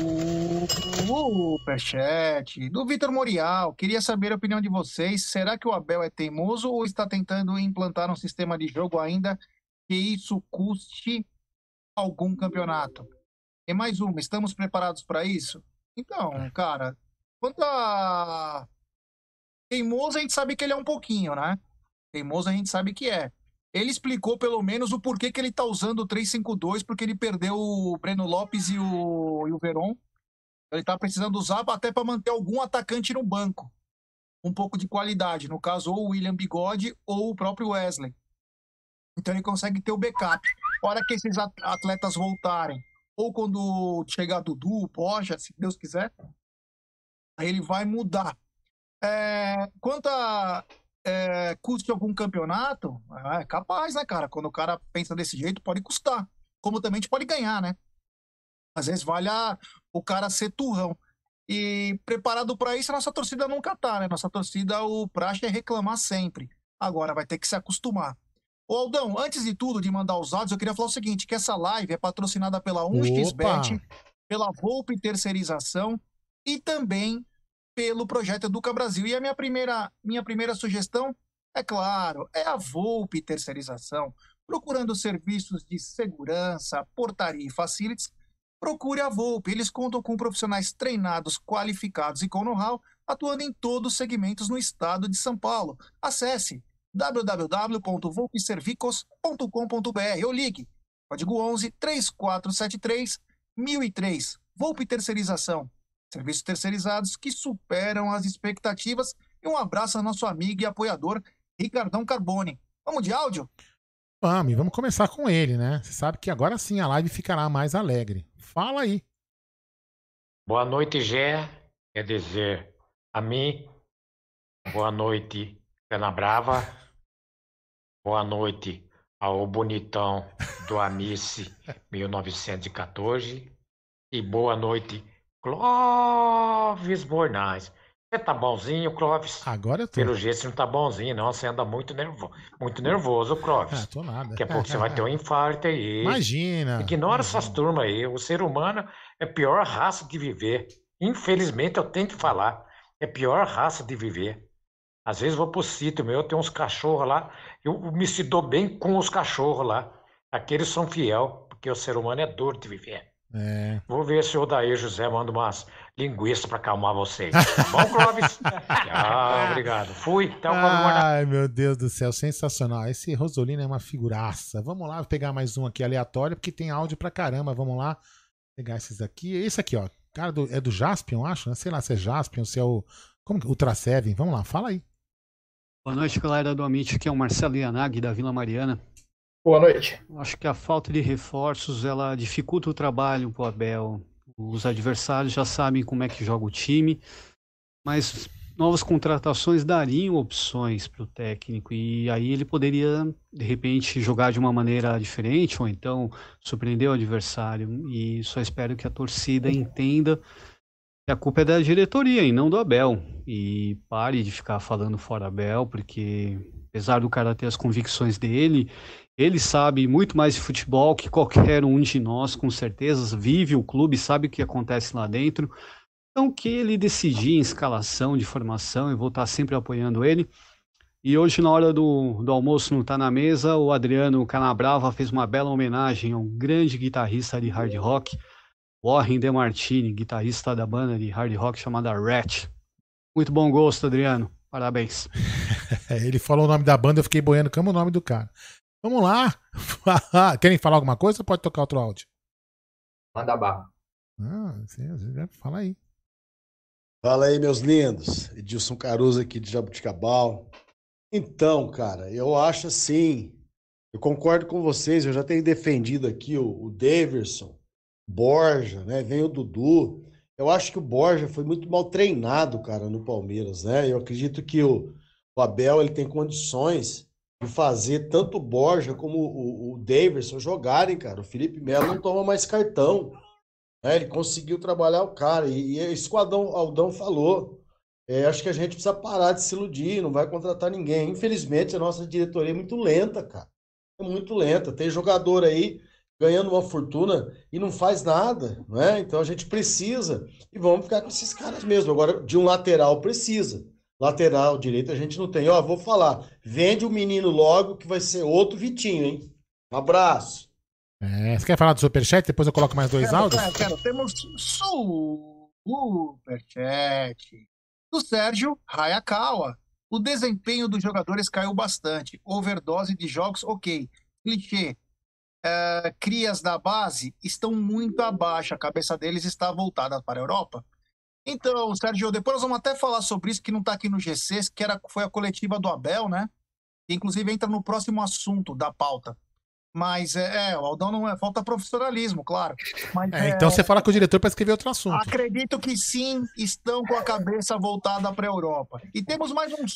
Speaker 5: superchat do Vitor Morial. Queria saber a opinião de vocês. Será que o Abel é teimoso ou está tentando implantar um sistema de jogo ainda que isso custe algum campeonato? E mais uma, estamos preparados para isso? Então, cara, quanto a teimoso, a gente sabe que ele é um pouquinho, né? Teimoso a gente sabe que é. Ele explicou pelo menos o porquê que ele tá usando o 3-5-2, porque ele perdeu o Breno Lopes e o Veron. Ele tá precisando usar até para manter algum atacante no banco. Um pouco de qualidade. No caso, ou o William Bigode ou o próprio Wesley. Então ele consegue ter o backup. A hora que esses atletas voltarem, ou quando chegar Dudu, Borja, se Deus quiser, aí ele vai mudar. Quanto a custe algum campeonato, é capaz, né, cara? Quando o cara pensa desse jeito, pode custar. Como também a gente pode ganhar, né? Às vezes vale o cara ser turrão. E preparado para isso, a nossa torcida nunca tá, né? Nossa torcida, o praxe é reclamar sempre. Agora vai ter que se acostumar. Ô, Aldão, antes de tudo, de mandar os áudios, eu queria falar o seguinte, que essa live é patrocinada pela 1xBet, pela Volpe Terceirização e também pelo Projeto Educa Brasil. E a minha primeira sugestão, é claro, é a Volpe Terceirização. Procurando serviços de segurança, portaria e facilities, procure a Volpe. Eles contam com profissionais treinados, qualificados e com know-how, atuando em todos os segmentos no estado de São Paulo. Acesse www.volpeservicos.com.br ou ligue, código 11 3473 1003. Volpe Terceirização. Serviços terceirizados que superam as expectativas. E um abraço ao nosso amigo e apoiador, Ricardão Carbone. Vamos de áudio?
Speaker 3: Vamos começar com ele, né? Você sabe que agora sim a live ficará mais alegre. Fala aí.
Speaker 7: Boa noite, Gé. Quer dizer, a mim. Boa noite, Pena Brava. Boa noite ao bonitão do Anice 1914. E boa noite, Clóvis Bornaz. Você tá bonzinho, Clóvis?
Speaker 3: Agora eu tô.
Speaker 7: Pelo jeito você não tá bonzinho, não. Você anda muito nervoso, Clóvis.
Speaker 3: Tô nada.
Speaker 7: Daqui a pouco você vai ter um infarto aí.
Speaker 3: Imagina.
Speaker 7: Ignora essas turmas aí. O ser humano é a pior raça de viver. Infelizmente, eu tenho que falar. É a pior raça de viver. Às vezes vou pro sítio meu, tem uns cachorros lá. Eu me se dou bem com os cachorros lá. Aqueles são fiel, porque o ser humano é duro de viver. Vou ver se o Odair José manda umas linguiças pra acalmar vocês. Tá bom, Clóvis? Tchau, obrigado. Fui. Até o próximo.
Speaker 3: Ai, meu Deus do céu, sensacional. Esse Rosolino é uma figuraça. Vamos lá, vou pegar mais um aqui aleatório, porque tem áudio pra caramba. Vamos lá, pegar esses aqui. Esse aqui, ó. Cara, é do Jaspion, acho, né? Sei lá se é Jaspion, se é o... Como que... Ultra Seven. Vamos lá, fala aí.
Speaker 8: Boa noite, galera do Amit, aqui é o Marcelo Yanag, da Vila Mariana.
Speaker 4: Boa noite.
Speaker 8: Acho que a falta de reforços, ela dificulta o trabalho pro Abel. Os adversários já sabem como é que joga o time, mas novas contratações dariam opções para o técnico, e aí ele poderia, de repente, jogar de uma maneira diferente, ou então surpreender o adversário, e só espero que a torcida entenda que a culpa é da diretoria e não do Abel, e pare de ficar falando fora Abel, porque apesar do cara ter as convicções dele, ele sabe muito mais de futebol que qualquer um de nós, com certeza, vive o clube, sabe o que acontece lá dentro. Então, que ele decidir em escalação de formação, eu vou estar sempre apoiando ele. E hoje, na hora do almoço, não está na mesa, o Adriano Canabrava fez uma bela homenagem a um grande guitarrista de hard rock, Warren DeMartini, guitarrista da banda de hard rock chamada Rat. Muito bom gosto, Adriano. Parabéns.
Speaker 3: Ele falou o nome da banda, eu fiquei boiando como o nome do cara. Vamos lá. Querem falar alguma coisa ou pode tocar outro áudio?
Speaker 4: Manda barra.
Speaker 3: Fala aí.
Speaker 9: Fala aí, meus lindos. Edilson Caruso aqui de Jabuticabal. Então, cara, eu acho assim, eu concordo com vocês, eu já tenho defendido aqui o Daverson, Borja, né? Vem o Dudu. Eu acho que o Borja foi muito mal treinado, cara, no Palmeiras, né? Eu acredito que o Abel ele tem condições de fazer tanto o Borja como o Daverson jogarem, cara. O Felipe Melo não toma mais cartão, né? Ele conseguiu trabalhar o cara. E isso que o Aldão falou. Acho que a gente precisa parar de se iludir, não vai contratar ninguém. Infelizmente, a nossa diretoria é muito lenta, cara. é muito lenta. Tem jogador aí ganhando uma fortuna e não faz nada, né? Então a gente precisa e vamos ficar com esses caras mesmo. Agora, de um lateral precisa. Lateral direito a gente não tem. Ó, vou falar, vende o menino logo que vai ser outro Vitinho, hein? Um abraço.
Speaker 3: Você quer falar do Superchat? Depois eu coloco mais 2 áudios?
Speaker 5: Quero. Temos Superchat do Sérgio Hayakawa. O desempenho dos jogadores caiu bastante. Overdose de jogos, ok. Clichê. Crias da base estão muito abaixo. A cabeça deles está voltada para a Europa. Então, Sérgio, depois nós vamos até falar sobre isso, que não está aqui no GC, que foi a coletiva do Abel, né? Que inclusive entra no próximo assunto da pauta. Mas o Aldão não falta profissionalismo, claro. Mas,
Speaker 3: então você fala com o diretor para escrever outro assunto.
Speaker 5: Acredito que sim, estão com a cabeça voltada para a Europa. E temos mais um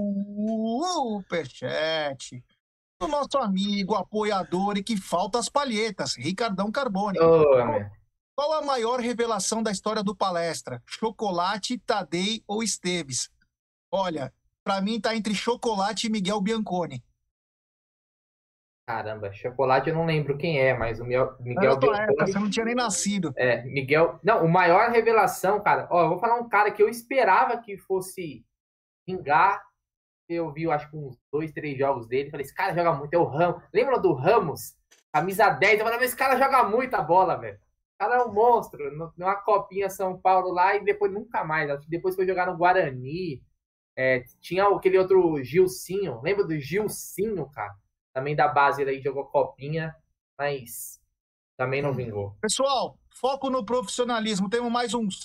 Speaker 5: superchat do nosso amigo, apoiador e que falta as palhetas, Ricardão Carbone. Qual a maior revelação da história do Palestra? Chocolate, Tadei ou Esteves? Olha, para mim tá entre Chocolate e Miguel Bianconi.
Speaker 4: Caramba, Chocolate eu não lembro quem é, mas o Miguel
Speaker 5: Bianconi... Você não tinha nem nascido.
Speaker 4: Miguel... Não, o maior revelação, cara... Ó, eu vou falar um cara que eu esperava que fosse vingar. Eu vi, acho que uns 2, 3 jogos dele. Falei, esse cara joga muito, é o Ramos. Lembra do Ramos? Camisa 10. Eu falei, esse cara joga muita bola, velho. O cara é um monstro. Numa copinha São Paulo lá e depois nunca mais. Acho que depois foi jogar no Guarani. Tinha aquele outro Gilcinho. Lembra do Gilcinho, cara? Também da base aí, jogou copinha, mas também não vingou.
Speaker 5: Pessoal, foco no profissionalismo. Temos mais um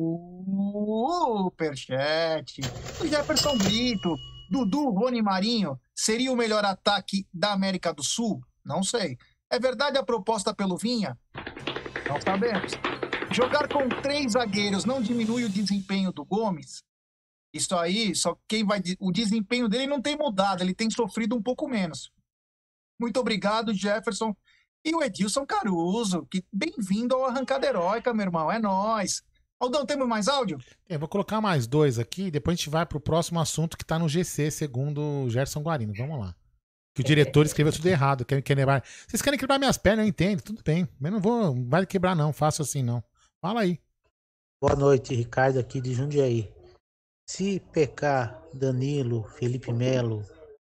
Speaker 5: superchat. O Jefferson Brito, Dudu, Rony Marinho, seria o melhor ataque da América do Sul? Não sei. É verdade a proposta pelo Vinha? Não sabemos. Jogar com 3 zagueiros não diminui o desempenho do Gomes? Isso aí, o desempenho dele não tem mudado, ele tem sofrido um pouco menos. Muito obrigado, Jefferson. E o Edilson Caruso, que bem-vindo ao Arrancada Heróica, meu irmão, é nóis. Aldão, temos mais áudio?
Speaker 3: Vou colocar mais 2 aqui, depois a gente vai pro próximo assunto que tá no GC, segundo o Gerson Guarino. Vamos lá. Que o diretor escreveu tudo errado. Vocês querem quebrar minhas pernas, eu entendo, tudo bem. Mas não vai quebrar não, faço assim não. Fala aí.
Speaker 10: Boa noite, Ricardo aqui de Jundiaí. Se PK, Danilo, Felipe Melo,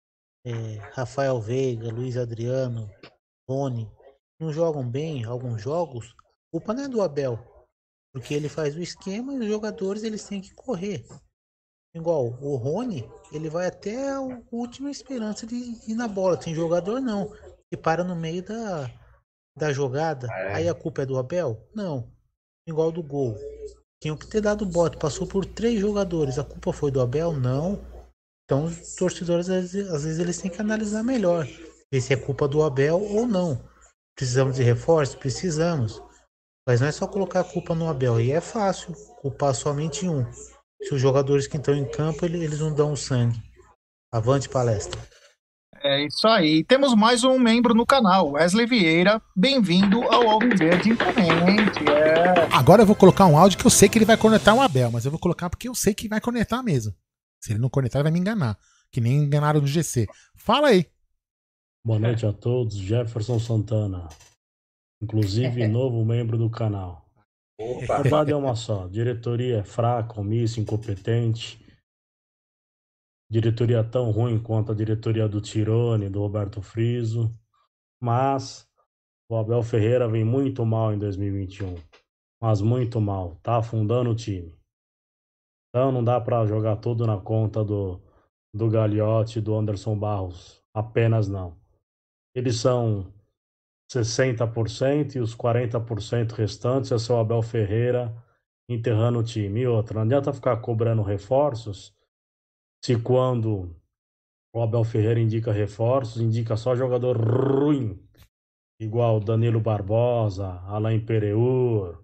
Speaker 10: Rafael Veiga, Luiz Adriano, Rony, não jogam bem alguns jogos, a culpa não é do Abel, porque ele faz o esquema e os jogadores eles têm que correr. Igual o Rony, ele vai até a última esperança de ir na bola, tem jogador não, que para no meio da jogada, aí a culpa é do Abel? Não, igual do gol. Tinham que ter dado bote, passou por 3 jogadores, a culpa foi do Abel? Não. Então os torcedores às vezes eles têm que analisar melhor, ver se é culpa do Abel ou não. Precisamos de reforço? Precisamos. Mas não é só colocar a culpa no Abel, e é fácil culpar somente um. Se os jogadores que estão em campo eles não dão sangue. Avante, Palestra.
Speaker 5: É isso aí. Temos mais um membro no canal, Wesley Vieira. Bem-vindo ao Alviverde Imponente.
Speaker 3: Agora eu vou colocar um áudio que eu sei que ele vai conectar o Abel, mas eu vou colocar porque eu sei que vai conectar mesmo. Se ele não conectar, ele vai me enganar. Que nem enganaram no GC. Fala aí.
Speaker 11: Boa noite a todos. Jefferson Santana. Inclusive, novo membro do canal.
Speaker 4: Opa.
Speaker 11: A verdade é uma só. Diretoria é fraca, omissa, incompetente. Diretoria tão ruim quanto a diretoria do Tirone, do Roberto Friso. Mas o Abel Ferreira vem muito mal em 2021. Mas muito mal. Tá afundando o time. Então não dá para jogar tudo na conta do Gagliotti e do Anderson Barros. Apenas não. Eles são 60% e os 40% restantes é só o Abel Ferreira enterrando o time. E outra, não adianta ficar cobrando reforços se quando o Abel Ferreira indica reforços, indica só jogador ruim, igual Danilo Barbosa, Alain Pereur,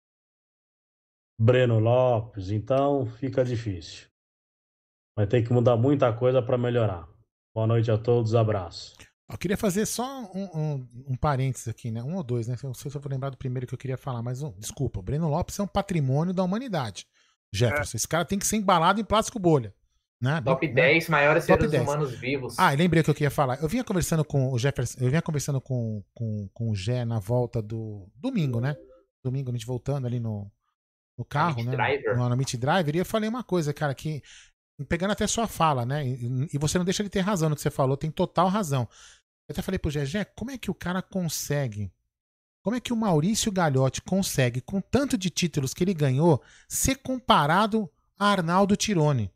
Speaker 11: Breno Lopes, então fica difícil. Vai ter que mudar muita coisa para melhorar. Boa noite a todos, abraço.
Speaker 3: Eu queria fazer só um parênteses aqui, né? 1 ou 2, né? Não sei se eu vou lembrar do primeiro que eu queria falar, mas desculpa, o Breno Lopes é um patrimônio da humanidade. Jefferson, esse cara tem que ser embalado em plástico bolha. Né?
Speaker 4: Top 10 maiores
Speaker 3: Top
Speaker 4: seres
Speaker 3: 10.
Speaker 4: humanos vivos.
Speaker 3: Ah, e lembrei o que eu ia falar. Eu vinha conversando com o Jefferson, eu vinha conversando com o Gé na volta do domingo, né? Domingo, a gente voltando ali no carro, né? No Meet Driver, e eu falei uma coisa, cara, que pegando até sua fala, né? E você não deixa ele ter razão no que você falou, tem total razão. Eu até falei pro Gé, como é que o cara consegue? Como é que o Maurício Gagliotti consegue, com tanto de títulos que ele ganhou, ser comparado a Arnaldo Tironi?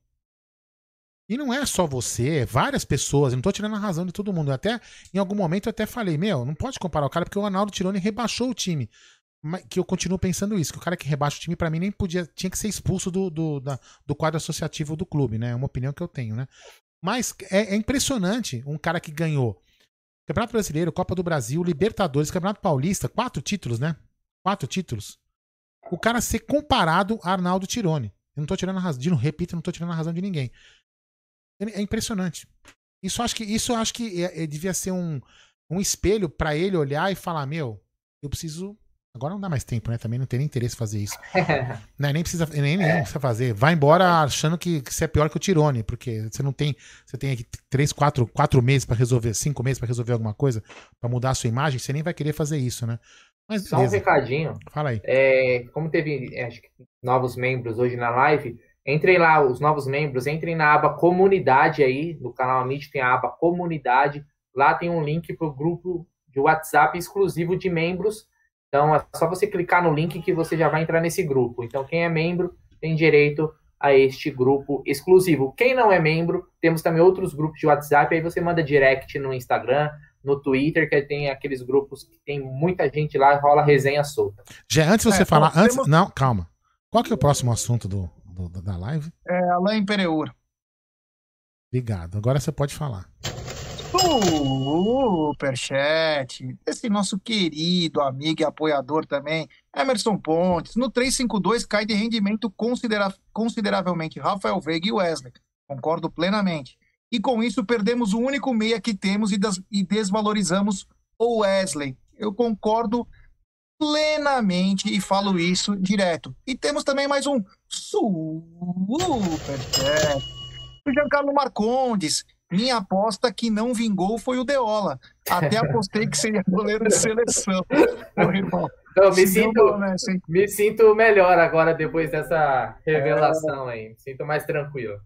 Speaker 3: E não é só você, é várias pessoas, eu não tô tirando a razão de todo mundo. Até, em algum momento eu até falei, não pode comparar o cara, porque o Arnaldo Tironi rebaixou o time. Mas, que eu continuo pensando isso, que o cara que rebaixa o time, pra mim, nem tinha que ser expulso do quadro associativo do clube, né? É uma opinião que eu tenho, né? Mas é impressionante um cara que ganhou Campeonato Brasileiro, Copa do Brasil, Libertadores, Campeonato Paulista, 4 títulos, né? 4 títulos. O cara ser comparado a Arnaldo Tironi. Eu não tô tirando a razão, repito, não tô tirando a razão de ninguém. É impressionante. Isso acho que devia ser um espelho pra ele olhar e falar, eu preciso... Agora não dá mais tempo, né? Também não tem nem interesse em fazer isso. Né? Nem precisa fazer. Vai embora achando que você é pior que o Tironi, porque você não tem... Você tem aqui 4 meses pra resolver, 5 meses pra resolver alguma coisa, pra mudar a sua imagem, você nem vai querer fazer isso, né? Mas,
Speaker 4: só um recadinho.
Speaker 3: Fala aí.
Speaker 4: Como teve acho que novos membros hoje na live, entrem lá, os novos membros, entrem na aba comunidade aí, no canal Amit tem a aba comunidade, lá tem um link pro grupo de WhatsApp exclusivo de membros, então é só você clicar no link que você já vai entrar nesse grupo. Então quem é membro tem direito a este grupo exclusivo. Quem não é membro, temos também outros grupos de WhatsApp, aí você manda direct no Instagram, no Twitter, que tem aqueles grupos que tem muita gente lá, rola resenha solta.
Speaker 3: Já antes de você falar, não, calma. Qual que é o próximo assunto da live?
Speaker 5: Alain Pereur.
Speaker 3: Obrigado. Agora você pode falar.
Speaker 5: Superchat. Esse nosso querido amigo e apoiador também, Emerson Pontes. No 352 cai de rendimento consideravelmente Rafael Veiga e Wesley. Concordo plenamente. E com isso perdemos o único meia que temos e desvalorizamos o Wesley. Eu concordo plenamente e falo isso direto. E temos também mais um superchat. O Giancarlo Marcondes. Minha aposta que não vingou foi o Deola. Até apostei que seria goleiro de seleção. Irmão.
Speaker 4: Eu me sinto melhor agora depois dessa revelação aí. Me sinto mais tranquilo.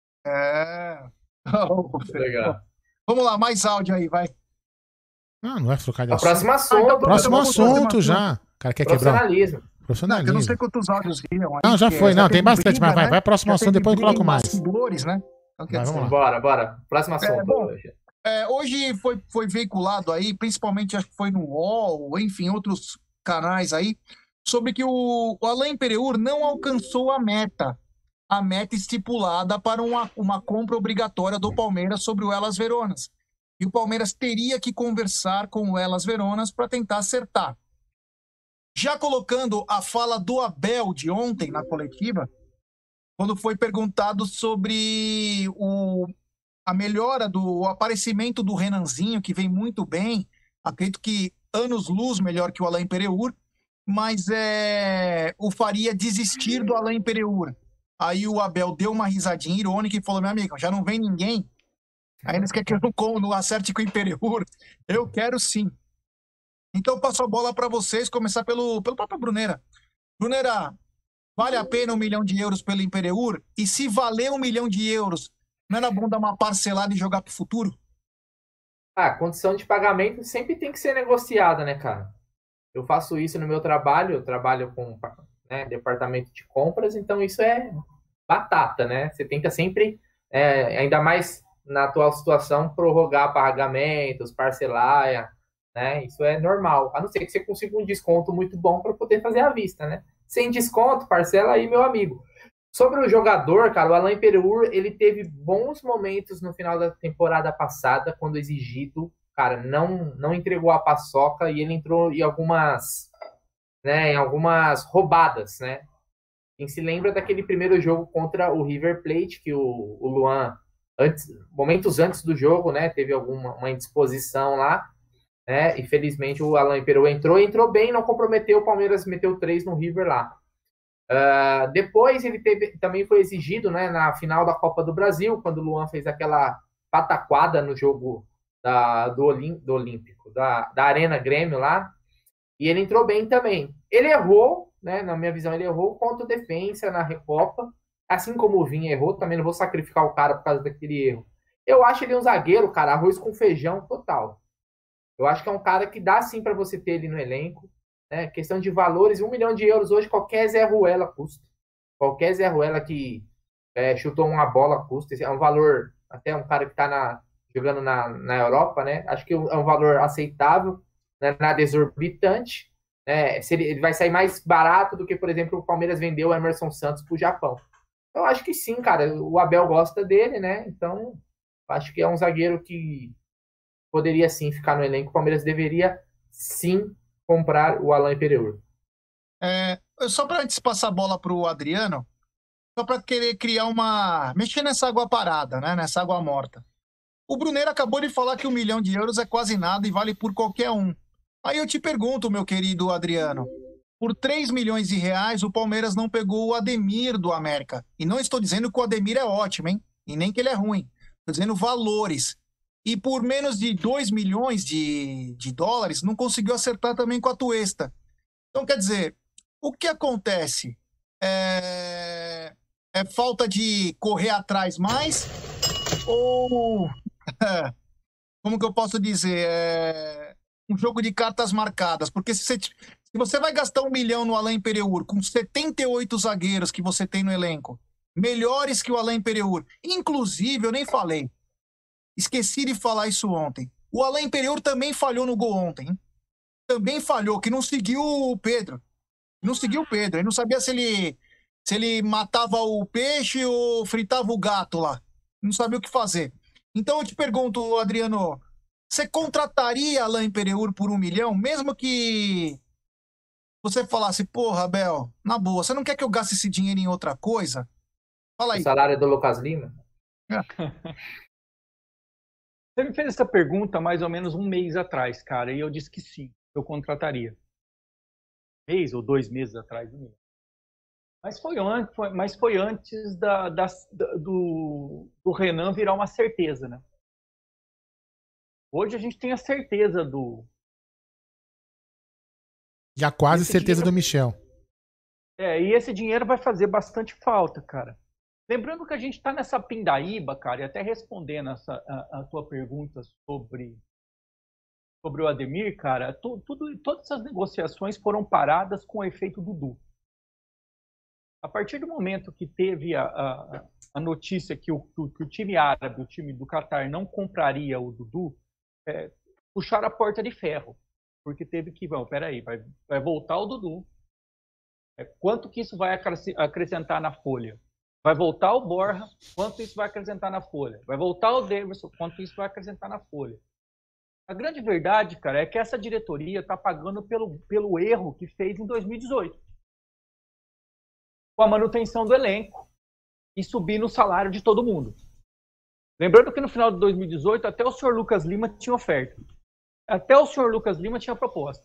Speaker 5: Legal. Vamos lá, mais áudio aí, vai.
Speaker 3: Não vai trocar de
Speaker 4: assunto. Próximo assunto.
Speaker 3: Próximo assunto já. O cara quer quebrar. Profissionalismo.
Speaker 5: Eu não sei quantos áudios riam.
Speaker 3: Não, já foi. Não, tem bastante, mas vai próximo assunto, depois eu coloco mais.
Speaker 5: Né?
Speaker 3: Vai, vamos lá.
Speaker 4: Bora. Próximo assunto.
Speaker 5: Hoje foi veiculado aí, principalmente acho que foi no UOL, enfim, outros canais aí, sobre que o Alain Pereur não alcançou a meta estipulada para uma compra obrigatória do Palmeiras sobre o Hellas Veronas. E o Palmeiras teria que conversar com o Hellas Veronas para tentar acertar. Já colocando a fala do Abel de ontem na coletiva, quando foi perguntado sobre a melhora do aparecimento do Renanzinho, que vem muito bem, acredito que anos-luz melhor que o Alain Pereur, mas o faria desistir do Alain Pereur. Aí o Abel deu uma risadinha irônica e falou, meu amigo, já não vem ninguém? Aí eles querem que eu não acerte com o Pereur? Eu quero sim. Então passo a bola para vocês, começar pelo próprio Brunera. Brunera, vale a pena 1 milhão de euros pelo Pereur? E se valer 1 milhão de euros, não era bom dar uma parcelada e jogar pro futuro?
Speaker 4: A condição de pagamento sempre tem que ser negociada, né, cara? Eu faço isso no meu trabalho, eu trabalho com departamento de compras, então isso é batata, né? Você tenta sempre, ainda mais na atual situação, prorrogar pagamentos, parcelar, né? Isso é normal, a não ser que você consiga um desconto muito bom para poder fazer à vista, né? Sem desconto, parcela aí, meu amigo. Sobre o jogador, cara, o Alain Pereur, ele teve bons momentos no final da temporada passada, quando exigido, cara, não entregou a paçoca e ele entrou em algumas roubadas, né? Quem se lembra daquele primeiro jogo contra o River Plate, que o Luan, momentos antes do jogo, né, teve uma indisposição lá, né? Infelizmente o Alain Pereur entrou bem, não comprometeu, o Palmeiras meteu 3 no River lá. Depois ele também foi exigido, né, na final da Copa do Brasil, quando o Luan fez aquela pataquada no jogo do Olímpico, da Arena Grêmio lá, e ele entrou bem também. Ele errou, né, na minha visão, ele errou contra o Defensa na Recopa, assim como o Vinha errou, também não vou sacrificar o cara por causa daquele erro. Eu acho ele um zagueiro, cara, arroz com feijão total. Eu acho que é um cara que dá sim para você ter ele no elenco. Né? Questão de valores, 1 milhão de euros hoje, qualquer Zé Ruela custa. Qualquer Zé Ruela que chutou uma bola custa. É um valor, até um cara que está jogando na Europa, né? Acho que é um valor aceitável, né? Nada exorbitante. Né? Ele vai sair mais barato do que, por exemplo, o Palmeiras vendeu o Emerson Santos para o Japão. Eu acho que sim, cara. O Abel gosta dele, né? Então, acho que é um zagueiro que poderia sim ficar no elenco. O Palmeiras deveria sim comprar o Alain Pereur.
Speaker 5: Só para antes passar a bola para o Adriano, só para querer criar mexer nessa água parada, né? Nessa água morta. O Brunner acabou de falar que 1 milhão de euros é quase nada e vale por qualquer um. Aí eu te pergunto, meu querido Adriano, por 3 milhões de reais o Palmeiras não pegou o Ademir do América. E não estou dizendo que o Ademir é ótimo, hein? E nem que ele é ruim. Estou dizendo valores. E por menos de 2 milhões de dólares, não conseguiu acertar também com a Tuesta. Então, quer dizer, o que acontece? É falta de correr atrás mais? Ou, como que eu posso dizer? Um jogo de cartas marcadas? Porque se você vai gastar 1 milhão no Alain Pereur, com 78 zagueiros que você tem no elenco, melhores que o Alain Pereur, inclusive, eu nem falei, esqueci de falar isso ontem. O Alain Pereur também falhou no gol ontem. Hein? Também falhou, que não seguiu o Pedro. Ele não sabia se ele matava o peixe ou fritava o gato lá. Não sabia o que fazer. Então eu te pergunto, Adriano, você contrataria Alain Pereur por 1 milhão? Mesmo que você falasse, porra, Abel, na boa, você não quer que eu gaste esse dinheiro em outra coisa? Fala aí.
Speaker 4: O salário do Lucas Lima?
Speaker 6: Você me fez essa pergunta mais ou menos 1 mês atrás, cara, e eu disse que sim, eu contrataria. 1 mês ou 2 meses atrás, não me lembro. Mas foi antes do Renan virar uma certeza, né? Hoje a gente tem a certeza
Speaker 3: E a quase certeza do Michel.
Speaker 6: E esse dinheiro vai fazer bastante falta, cara. Lembrando que a gente está nessa pindaíba, cara, e até respondendo a tua pergunta sobre o Ademir, cara, todas essas negociações foram paradas com o efeito Dudu. A partir do momento que teve a notícia que o time árabe, o time do Catar, não compraria o Dudu, puxaram a porta de ferro, porque teve que, peraí, vai voltar o Dudu. Quanto que isso vai acrescentar na folha? Vai voltar o Borja, quanto isso vai acrescentar na folha? Vai voltar o Davidson, quanto isso vai acrescentar na folha? A grande verdade, cara, é que essa diretoria está pagando pelo erro que fez em 2018. Com a manutenção do elenco e subindo o salário de todo mundo. Lembrando que no final de 2018, até o senhor Lucas Lima tinha oferta. Até o senhor Lucas Lima tinha proposta.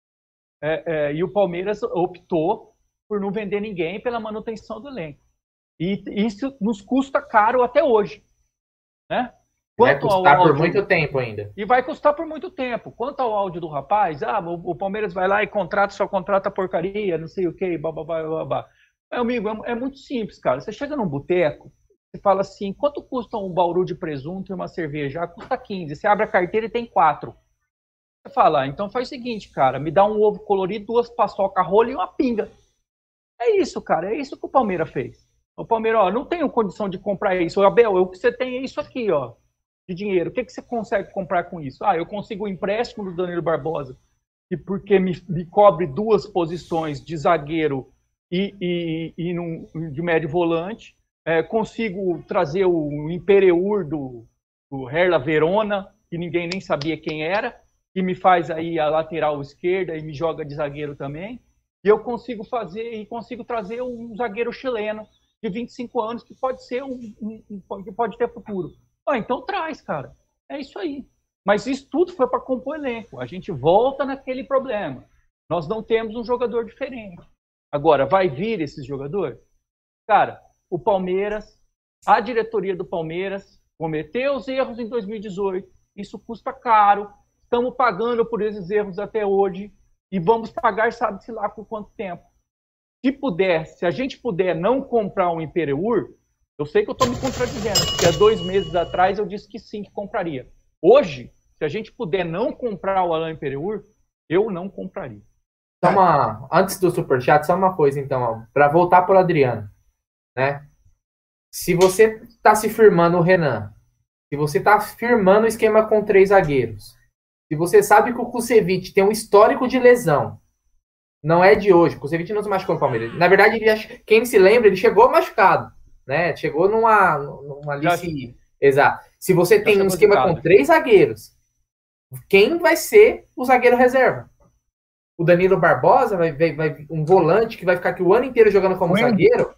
Speaker 6: E o Palmeiras optou por não vender ninguém pela manutenção do elenco. E isso nos custa caro até hoje. Né?
Speaker 4: Vai custar por muito tempo ainda.
Speaker 6: E vai custar por muito tempo. Quanto ao áudio do rapaz, o Palmeiras vai lá e só contrata porcaria, não sei o quê, babá. Meu amigo, é muito simples, cara. Você chega num boteco, você fala assim, quanto custa um bauru de presunto e uma cerveja? Custa 15. Você abre a carteira e tem 4. Você fala, então faz o seguinte, cara, me dá um ovo colorido, 2 paçoca rola e uma pinga. É isso, cara, é isso que o Palmeiras fez. O Palmeiras, não tenho condição de comprar isso. Abel, o que você tem é isso aqui, de dinheiro. O que você consegue comprar com isso? Eu consigo um empréstimo do Danilo Barbosa, e porque me cobre 2 posições de zagueiro e de médio volante. Consigo trazer o Impereur do Herla Verona, que ninguém nem sabia quem era, que me faz aí a lateral esquerda e me joga de zagueiro também. E eu consigo trazer um zagueiro chileno de 25 anos que pode ser que pode ter futuro. Então traz, cara. É isso aí. Mas isso tudo foi para compor elenco. A gente volta naquele problema. Nós não temos um jogador diferente. Agora, vai vir esses jogadores? Cara, o Palmeiras, a diretoria do Palmeiras cometeu os erros em 2018. Isso custa caro. Estamos pagando por esses erros até hoje e vamos pagar, sabe-se lá por quanto tempo. Se a gente puder não comprar um Imperiur, eu sei que eu estou me contradizendo, porque há 2 meses atrás eu disse que sim, que compraria. Hoje, se a gente puder não comprar o Alain Imperiur, eu não compraria.
Speaker 4: Antes do Superchat, só uma coisa, então, para voltar para o Adriano, né? Se você está se firmando o Renan, se você está firmando o esquema com 3 zagueiros, se você sabe que o Kusevich tem um histórico de lesão, não é de hoje, o Kusevich não se machucou no Palmeiras. Na verdade, quem se lembra, ele chegou machucado, né? Chegou numa lice. Exato. Se você tem um esquema com 3 zagueiros, quem vai ser o zagueiro reserva? O Danilo Barbosa vai um volante que vai ficar aqui o ano inteiro jogando como zagueiro?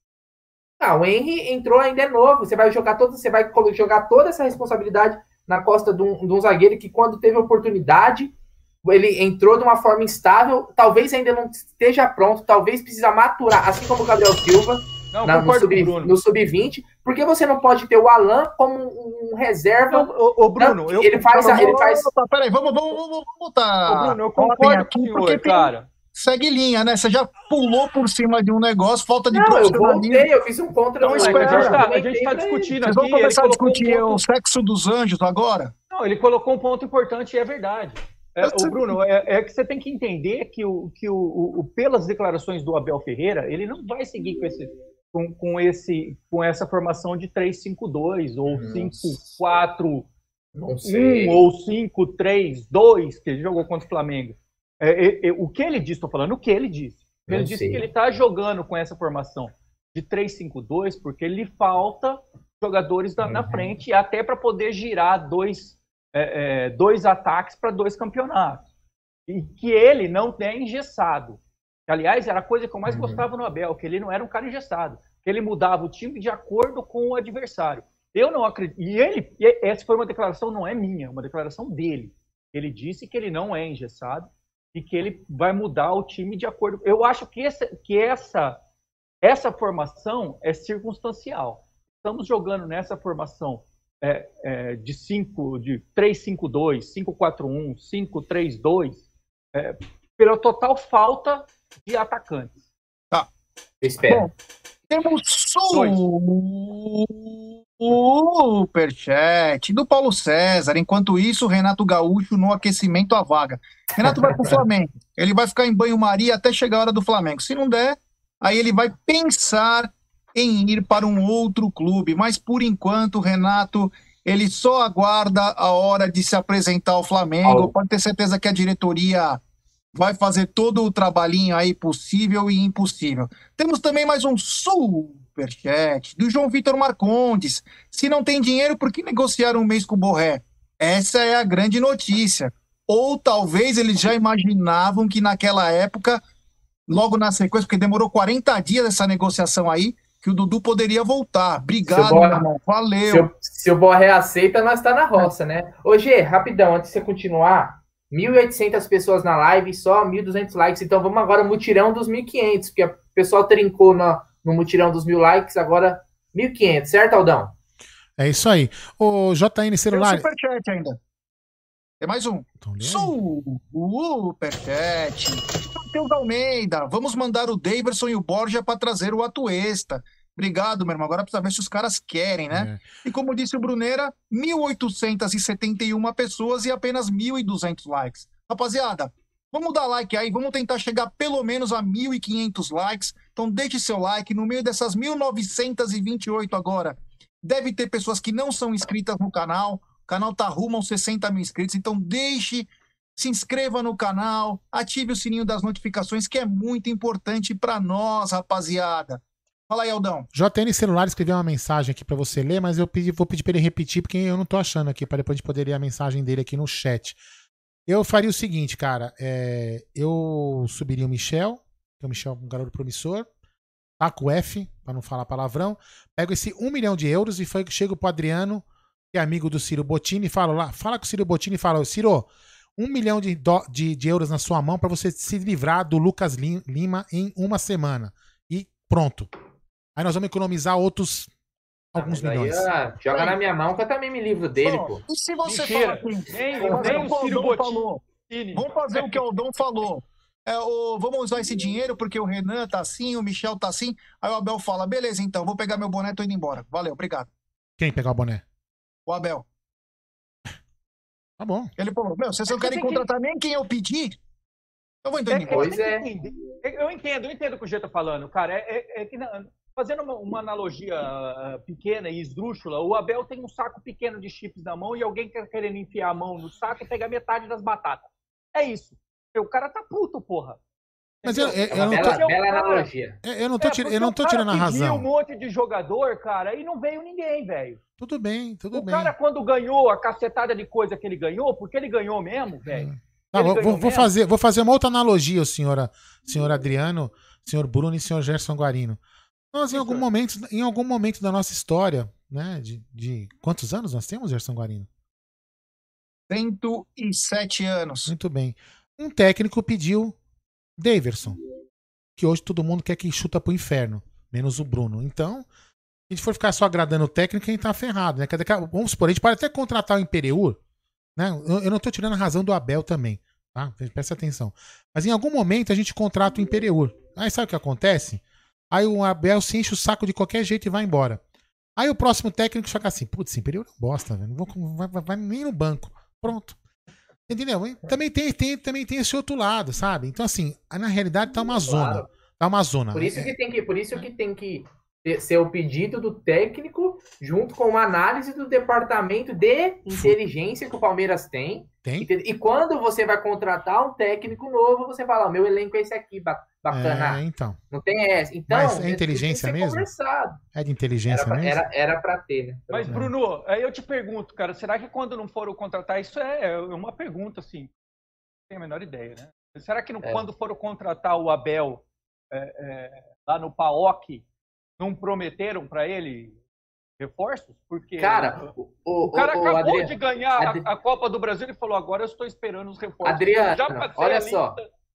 Speaker 4: O Henry entrou, ainda é novo. Você vai jogar toda essa responsabilidade na costa de um zagueiro que, quando teve oportunidade, ele entrou de uma forma instável, talvez ainda não esteja pronto, talvez precisa maturar, assim como o Gabriel Silva no sub-20. Por que você não pode ter o Alan como um reserva?
Speaker 6: Ô, Bruno,
Speaker 4: ele faz.
Speaker 5: Peraí, vamos botar.
Speaker 6: Ô, Bruno, eu concordo com o senhor, cara.
Speaker 5: Segue linha, né? Você já pulou por cima de um negócio, falta de
Speaker 4: profissionalismo. Eu fiz um contra.
Speaker 5: Então,
Speaker 6: a gente tá discutindo aqui.
Speaker 5: Vocês vão começar a discutir o sexo dos anjos agora?
Speaker 6: Não, ele colocou um ponto importante e é verdade. Bruno, é que você tem que entender que pelas declarações do Abel Ferreira, ele não vai seguir com essa formação de 3-5-2 ou 5-4-1 ou 5-3-2 que ele jogou contra o Flamengo. O que ele disse, estou falando o que ele disse. Ele disse que ele está jogando com essa formação de 3-5-2 porque lhe falta jogadores na frente, até para poder girar dois ataques para 2 campeonatos. E que ele não é engessado. Aliás, era a coisa que eu mais gostava no Abel, que ele não era um cara engessado. Que ele mudava o time de acordo com o adversário. Eu não acredito. Essa foi uma declaração, não é minha, uma declaração dele. Ele disse que ele não é engessado e que ele vai mudar o time de acordo. Eu acho que essa formação é circunstancial. Estamos jogando nessa formação de 3-5-2, 5-4-1, 5-3-2, pela total falta de atacantes.
Speaker 5: Tá.
Speaker 4: Espera.
Speaker 5: Bom, temos superchat do Paulo César. Enquanto isso, Renato Gaúcho no aquecimento à vaga. Renato vai pro Flamengo. Ele vai ficar em banho-maria até chegar a hora do Flamengo. Se não der, aí ele vai pensar em ir para um outro clube. Mas, por enquanto, Renato, ele só aguarda a hora de se apresentar ao Flamengo. Pode ter certeza que a diretoria vai fazer todo o trabalhinho aí possível e impossível. Temos também mais um superchat do João Vitor Marcondes. Se não tem dinheiro, por que negociar um mês com o Borré? Essa é a grande notícia. Ou talvez eles já imaginavam que naquela época, logo na sequência, porque demorou 40 dias essa negociação aí, que o Dudu poderia voltar. Obrigado, meu irmão. Valeu.
Speaker 4: Se o Borré aceita, nós tá na roça, né? Ô, Gê, rapidão, antes de você continuar, 1.800 pessoas na live, só 1.200 likes. Então vamos agora ao mutirão dos 1.500, porque o pessoal trincou no mutirão dos 1.000 likes, agora 1.500, certo, Aldão?
Speaker 3: É isso aí. O JN Celular...
Speaker 5: Tem um superchat ainda. Tem mais um. Superchat. Matheus Almeida. Vamos mandar o Daverson e o Borja para trazer o Atuesta. Obrigado, meu irmão. Agora precisa ver se os caras querem, né? E como disse o Bruneira, 1.871 pessoas e apenas 1.200 likes. Rapaziada, vamos dar like aí, vamos tentar chegar pelo menos a 1.500 likes. Então deixe seu like no meio dessas 1.928 agora. Deve ter pessoas que não são inscritas no canal. O canal tá rumo aos 60 mil inscritos. Então se inscreva no canal, ative o sininho das notificações, que é muito importante para nós, rapaziada. Fala aí, Aldão.
Speaker 3: JN Celular escreveu uma mensagem aqui pra você ler, mas vou pedir pra ele repetir, porque eu não tô achando aqui, pra depois a gente poder ler a mensagem dele aqui no chat. Eu faria o seguinte, cara, eu subiria o Michel, que é o Michel, um garoto promissor, taco F, pra não falar palavrão, pego esse 1 milhão de euros e chego pro Adriano, que é amigo do Ciro Bottini, fala com o Ciro Bottini e fala, Ciro, 1 milhão de euros na sua mão pra você se livrar do Lucas Lima em uma semana. E pronto. Aí nós vamos economizar outros alguns milhões.
Speaker 4: Joga na minha mão que eu também me livro dele, pô.
Speaker 5: E se você
Speaker 6: Mentira.
Speaker 5: falar assim,
Speaker 6: Nem
Speaker 5: vamos fazer
Speaker 6: o
Speaker 5: o que o
Speaker 6: Ciro
Speaker 5: Aldão falou.
Speaker 6: Bottini.
Speaker 5: Vamos fazer o que o Aldão falou. Vamos usar esse dinheiro porque o Renan tá assim, o Michel tá assim. Aí o Abel fala, beleza, então, vou pegar meu boné e tô indo embora. Valeu, obrigado.
Speaker 3: Quem pegar o boné?
Speaker 5: O Abel.
Speaker 3: Tá bom.
Speaker 5: Ele falou, vocês não querem contratar nem quem eu pedi? Eu vou indo embora.
Speaker 4: Pois é.
Speaker 6: Eu entendo o que o G tá falando, cara. Fazendo uma analogia pequena e esdrúxula, o Abel tem um saco pequeno de chips na mão e alguém querendo enfiar a mão no saco e pegar metade das batatas. É isso. O cara tá puto, porra.
Speaker 3: Mas eu não
Speaker 4: bela analogia.
Speaker 3: Eu não tô tirando a razão.
Speaker 6: Um monte de jogador, cara, e não veio ninguém, velho.
Speaker 3: Tudo bem.
Speaker 6: O cara, quando ganhou a cacetada de coisa que ele ganhou, porque ele ganhou mesmo, velho.
Speaker 3: Tá, vou fazer uma outra analogia, senhor Adriano, senhor Bruno e senhor Gerson Guarino. Nós, em algum momento da nossa história, né, de quantos anos nós temos, Gerson Guarino?
Speaker 5: 107 anos.
Speaker 3: Muito bem. Um técnico pediu Daverson, que hoje todo mundo quer que chuta pro inferno, menos o Bruno. Então, se a gente for ficar só agradando o técnico, a gente tá ferrado, né? Vamos supor, a gente pode até contratar o Imperiur, né? Eu não tô tirando a razão do Abel também, tá? Presta atenção. Mas em algum momento a gente contrata o Imperiur. Aí sabe o que acontece? Aí o Abel se enche o saco de qualquer jeito e vai embora. Aí o próximo técnico fica assim, putz, Imperiur é bosta, velho. Não vai nem no banco. Pronto. Entendeu? Também tem esse outro lado, sabe? Então, assim, na realidade tá uma zona.
Speaker 4: Claro.
Speaker 3: Tá uma zona.
Speaker 4: Por isso que tem que ser o pedido do técnico junto com uma análise do departamento de inteligência que o Palmeiras tem. E quando você vai contratar um técnico novo, você fala, meu elenco é esse aqui, bacana.
Speaker 3: Então.
Speaker 4: Não tem essa. Então,
Speaker 3: mas é inteligência mesmo?
Speaker 4: Conversado.
Speaker 3: É de inteligência mesmo?
Speaker 4: Era pra ter, né?
Speaker 6: Mas, Bruno, aí eu te pergunto, cara, será que quando não foram contratar, isso é uma pergunta, assim, não tenho a menor ideia, né? Será que quando foram contratar o Abel lá no PAOK, não prometeram para ele reforços? Porque
Speaker 4: cara,
Speaker 6: o cara acabou de ganhar a Copa do Brasil e falou, agora eu estou esperando os reforços.
Speaker 4: Adriano, olha só,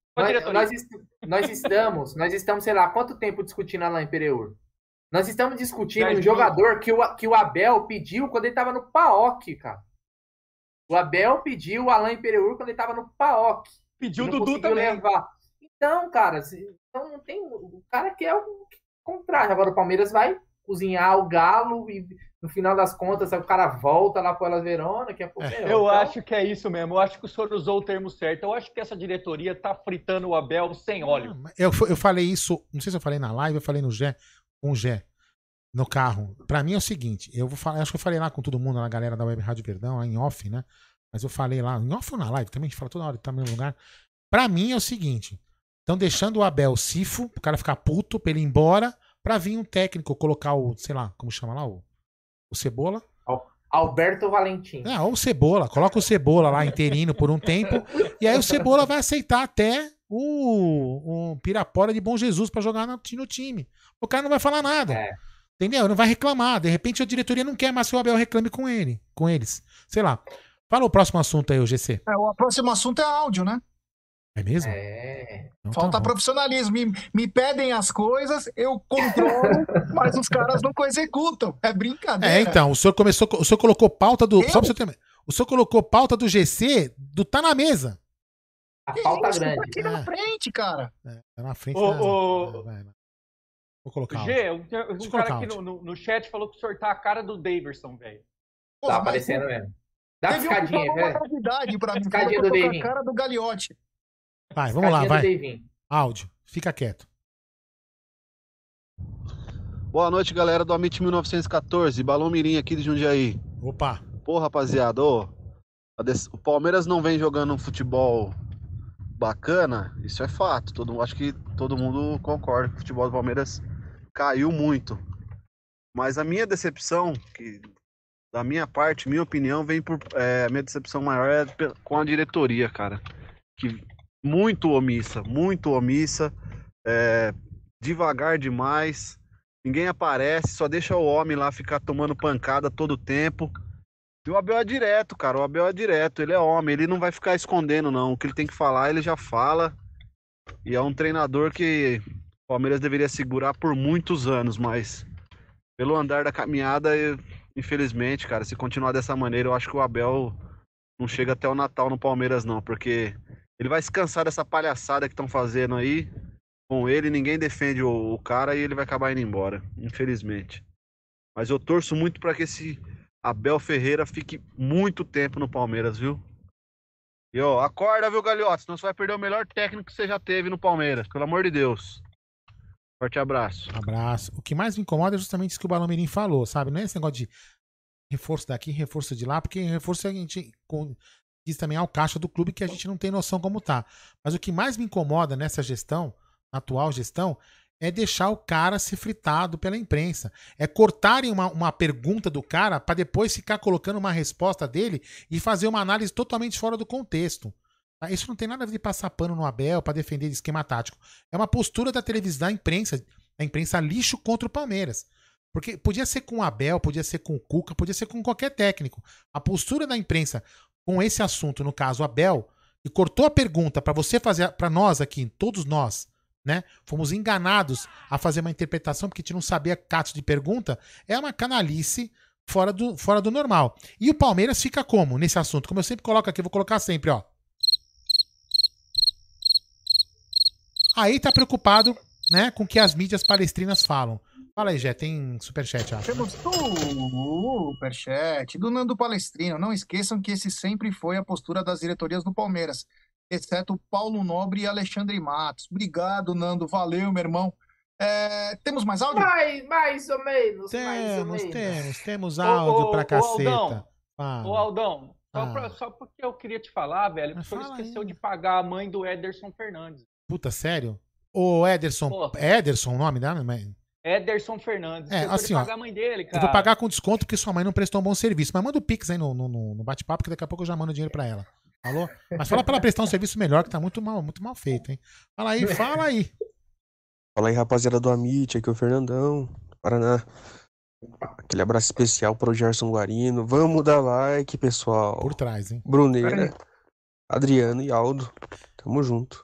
Speaker 4: nós estamos, sei lá, quanto tempo discutindo lá em Imperiur? Nós estamos discutindo um jogador que o Abel pediu quando ele estava no PAOK, cara. O Abel pediu o Alain Imperiur quando ele estava no PAOK.
Speaker 6: Pediu o Dudu também.
Speaker 4: Levar. Então, cara, então não tem, o cara quer o contrário. Agora o Palmeiras vai cozinhar o galo e no final das contas o cara volta lá pro Elas Verona, que é
Speaker 6: Eu acho que é isso mesmo. Eu acho que o senhor usou o termo certo. Eu acho que essa diretoria tá fritando o Abel sem óleo.
Speaker 3: Eu falei isso, não sei se eu falei na live, eu falei com o Gé, no carro. Pra mim é o seguinte, acho que eu falei lá com todo mundo, na galera da Web Rádio Verdão, lá em off, né? Mas eu falei lá, em off ou na live, também a gente fala toda hora, tá no mesmo lugar. Pra mim é o seguinte, estão deixando o Abel sifo, pro cara ficar puto, pra ele ir embora, pra vir um técnico, colocar o, sei lá, como chama lá, o Cebola.
Speaker 4: Alberto Valentim.
Speaker 3: Ou o Cebola, coloca o Cebola lá interino por um tempo, e aí o Cebola vai aceitar até o Pirapora de Bom Jesus pra jogar no time. O cara não vai falar nada. Entendeu? Não vai reclamar. De repente a diretoria não quer mais que o Abel reclame com eles. Sei lá. Fala o próximo assunto aí, o GC.
Speaker 5: O próximo assunto é áudio, né?
Speaker 3: É mesmo?
Speaker 5: Então, falta profissionalismo. Me pedem as coisas, eu controlo, mas os caras não executam. É brincadeira.
Speaker 3: Então, o senhor colocou pauta do. Só pra você ter... O senhor colocou pauta do GC do Tá na Mesa.
Speaker 4: A pauta grande.
Speaker 5: Tá aqui na frente, cara.
Speaker 3: Tá na frente. Vou colocar.
Speaker 6: G, um cara aqui no chat falou que o senhor tá a cara do Daverson, velho.
Speaker 4: Tá aparecendo mesmo. Dá uma piscadinha, velho.
Speaker 5: Novidade pra mim.
Speaker 4: Piscadinha do Davinho.
Speaker 5: A cara do Gagliotti.
Speaker 3: Vai, vamos lá, vai. Áudio, fica quieto.
Speaker 12: Boa noite, galera do Amit 1914, Balão Mirim aqui de Jundiaí.
Speaker 3: Opa.
Speaker 12: Pô, rapaziada, o Palmeiras não vem jogando um futebol bacana, isso é fato. Acho que todo mundo concorda que o futebol do Palmeiras caiu muito. Mas a minha decepção, da minha parte, minha opinião, a minha decepção maior é com a diretoria, cara. Que muito omissa, devagar demais, ninguém aparece, só deixa o homem lá ficar tomando pancada todo tempo. E o Abel é direto, cara. O Abel é direto. Ele é homem. Ele não vai ficar escondendo, não. O que ele tem que falar, ele já fala. E é um treinador que o Palmeiras deveria segurar por muitos anos, mas pelo andar da caminhada, infelizmente, cara, se continuar dessa maneira, eu acho que o Abel não chega até o Natal no Palmeiras, não, porque ele vai se cansar dessa palhaçada que estão fazendo aí com ele, ninguém defende o cara e ele vai acabar indo embora, infelizmente. Mas eu torço muito para que esse Abel Ferreira fique muito tempo no Palmeiras, viu? E ó, acorda, viu, Galhote? Senão você vai perder o melhor técnico que você já teve no Palmeiras, pelo amor de Deus. Forte abraço.
Speaker 3: Abraço. O que mais me incomoda é justamente isso que o Balão Mirim falou, sabe? Não é esse negócio de reforço daqui, reforço de lá, porque reforço a gente diz também ao caixa do clube que a gente não tem noção como tá. Mas o que mais me incomoda nessa gestão, na atual gestão, é deixar o cara ser fritado pela imprensa. É cortarem uma pergunta do cara para depois ficar colocando uma resposta dele e fazer uma análise totalmente fora do contexto. Tá? Isso não tem nada a ver de passar pano no Abel para defender de esquema tático. É uma postura da televisão, da imprensa lixo contra o Palmeiras. Porque podia ser com o Abel, podia ser com o Cuca, podia ser com qualquer técnico. A postura da imprensa com esse assunto, no caso o Abel, que cortou a pergunta para você fazer, para nós aqui, todos nós, né? Fomos enganados a fazer uma interpretação porque a gente não sabia catos de pergunta, é uma canalice fora do normal. E o Palmeiras fica como nesse assunto? Como eu sempre coloco aqui, vou colocar sempre, ó. Aí tá preocupado, né, com o que as mídias palestrinas falam. Fala aí, Jé, tem superchat, acho.
Speaker 5: Temos superchat do Nando Palestrino. Não esqueçam que esse sempre foi a postura das diretorias do Palmeiras, exceto Paulo Nobre e Alexandre Matos. Obrigado, Nando. Valeu, meu irmão. Temos mais áudio?
Speaker 4: Mais ou menos.
Speaker 3: Temos áudio pra caceta.
Speaker 6: Ô, Aldão, só porque eu queria te falar, velho, que o senhor esqueceu de pagar a mãe do Ederson Fernandes.
Speaker 3: Puta, sério? Ô, Ederson. Ederson, o nome da mãe?
Speaker 6: Ederson Fernandes.
Speaker 3: Assim,
Speaker 6: pagar a mãe dele, cara.
Speaker 3: Eu vou pagar com desconto porque sua mãe não prestou um bom serviço. Mas manda o Pix aí no bate-papo que daqui a pouco eu já mando dinheiro pra ela. Falou? Mas fala pra ela prestar um serviço melhor, que tá muito mal feito, hein? Fala aí.
Speaker 13: Fala aí, rapaziada do Amit, aqui é o Fernandão, Paraná. Aquele abraço especial pro Gerson Guarino. Vamos dar like, pessoal.
Speaker 3: Por trás, hein?
Speaker 13: Bruneira, Adriano e Aldo. Tamo junto.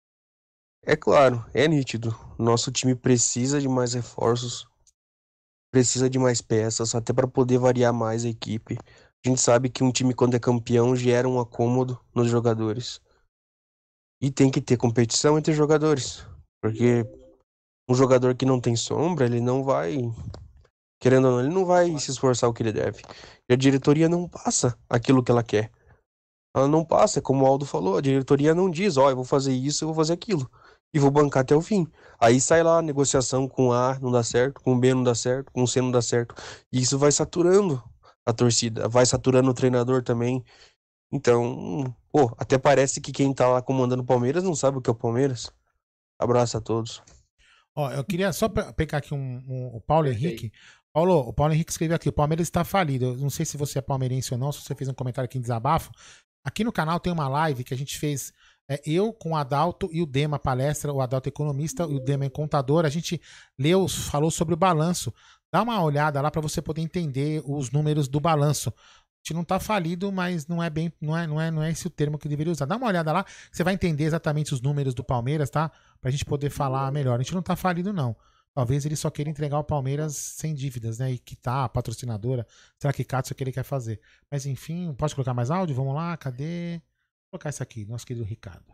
Speaker 13: É claro, é nítido. Nosso time precisa de mais reforços, precisa de mais peças, até para poder variar mais a equipe. A gente sabe que um time, quando é campeão, gera um acômodo nos jogadores. E tem que ter competição entre jogadores. Porque um jogador que não tem sombra, ele não vai... Querendo ou não, ele não vai se esforçar o que ele deve. E a diretoria não passa aquilo que ela quer. Ela não passa, como o Aldo falou, a diretoria não diz, eu vou fazer isso, eu vou fazer aquilo. E vou bancar até o fim. Aí sai lá a negociação com A não dá certo, com B não dá certo, com C não dá certo. E isso vai saturando a torcida, vai saturando o treinador também. Então, até parece que quem tá lá comandando o Palmeiras não sabe o que é o Palmeiras. Abraço a todos.
Speaker 3: Eu queria só pegar aqui o Paulo Henrique. O Paulo Henrique escreveu aqui, o Palmeiras está falido. Eu não sei se você é palmeirense ou não, se você fez um comentário aqui em desabafo. Aqui no canal tem uma live que a gente fez, eu com o Adalto e o Dema palestra, o Adalto é economista e o Dema é contador. A gente falou sobre o balanço. Dá uma olhada lá para você poder entender os números do balanço. A gente não tá falido, mas não é esse o termo que eu deveria usar. Dá uma olhada lá, você vai entender exatamente os números do Palmeiras, tá? Pra gente poder falar melhor. A gente não tá falido, não. Talvez ele só queira entregar o Palmeiras sem dívidas, né? E quitar a patrocinadora. Será que Katsu é o que ele quer fazer? Mas enfim, pode colocar mais áudio? Vamos lá, cadê? Vou colocar isso aqui, nosso querido Ricardo.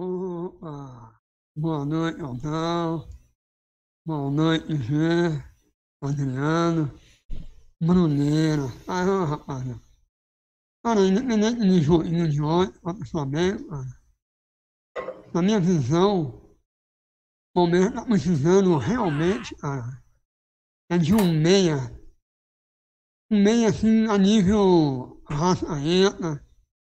Speaker 14: Boa noite, Aldão. Boa noite, Gê, Adriano, Bruneira. Rapaz. Cara, independente de joguinho de hoje, a pessoa bem, cara. Na minha visão, o Palmeiras está precisando realmente, cara, de um meia. Um meia, assim, a nível Rascaeta.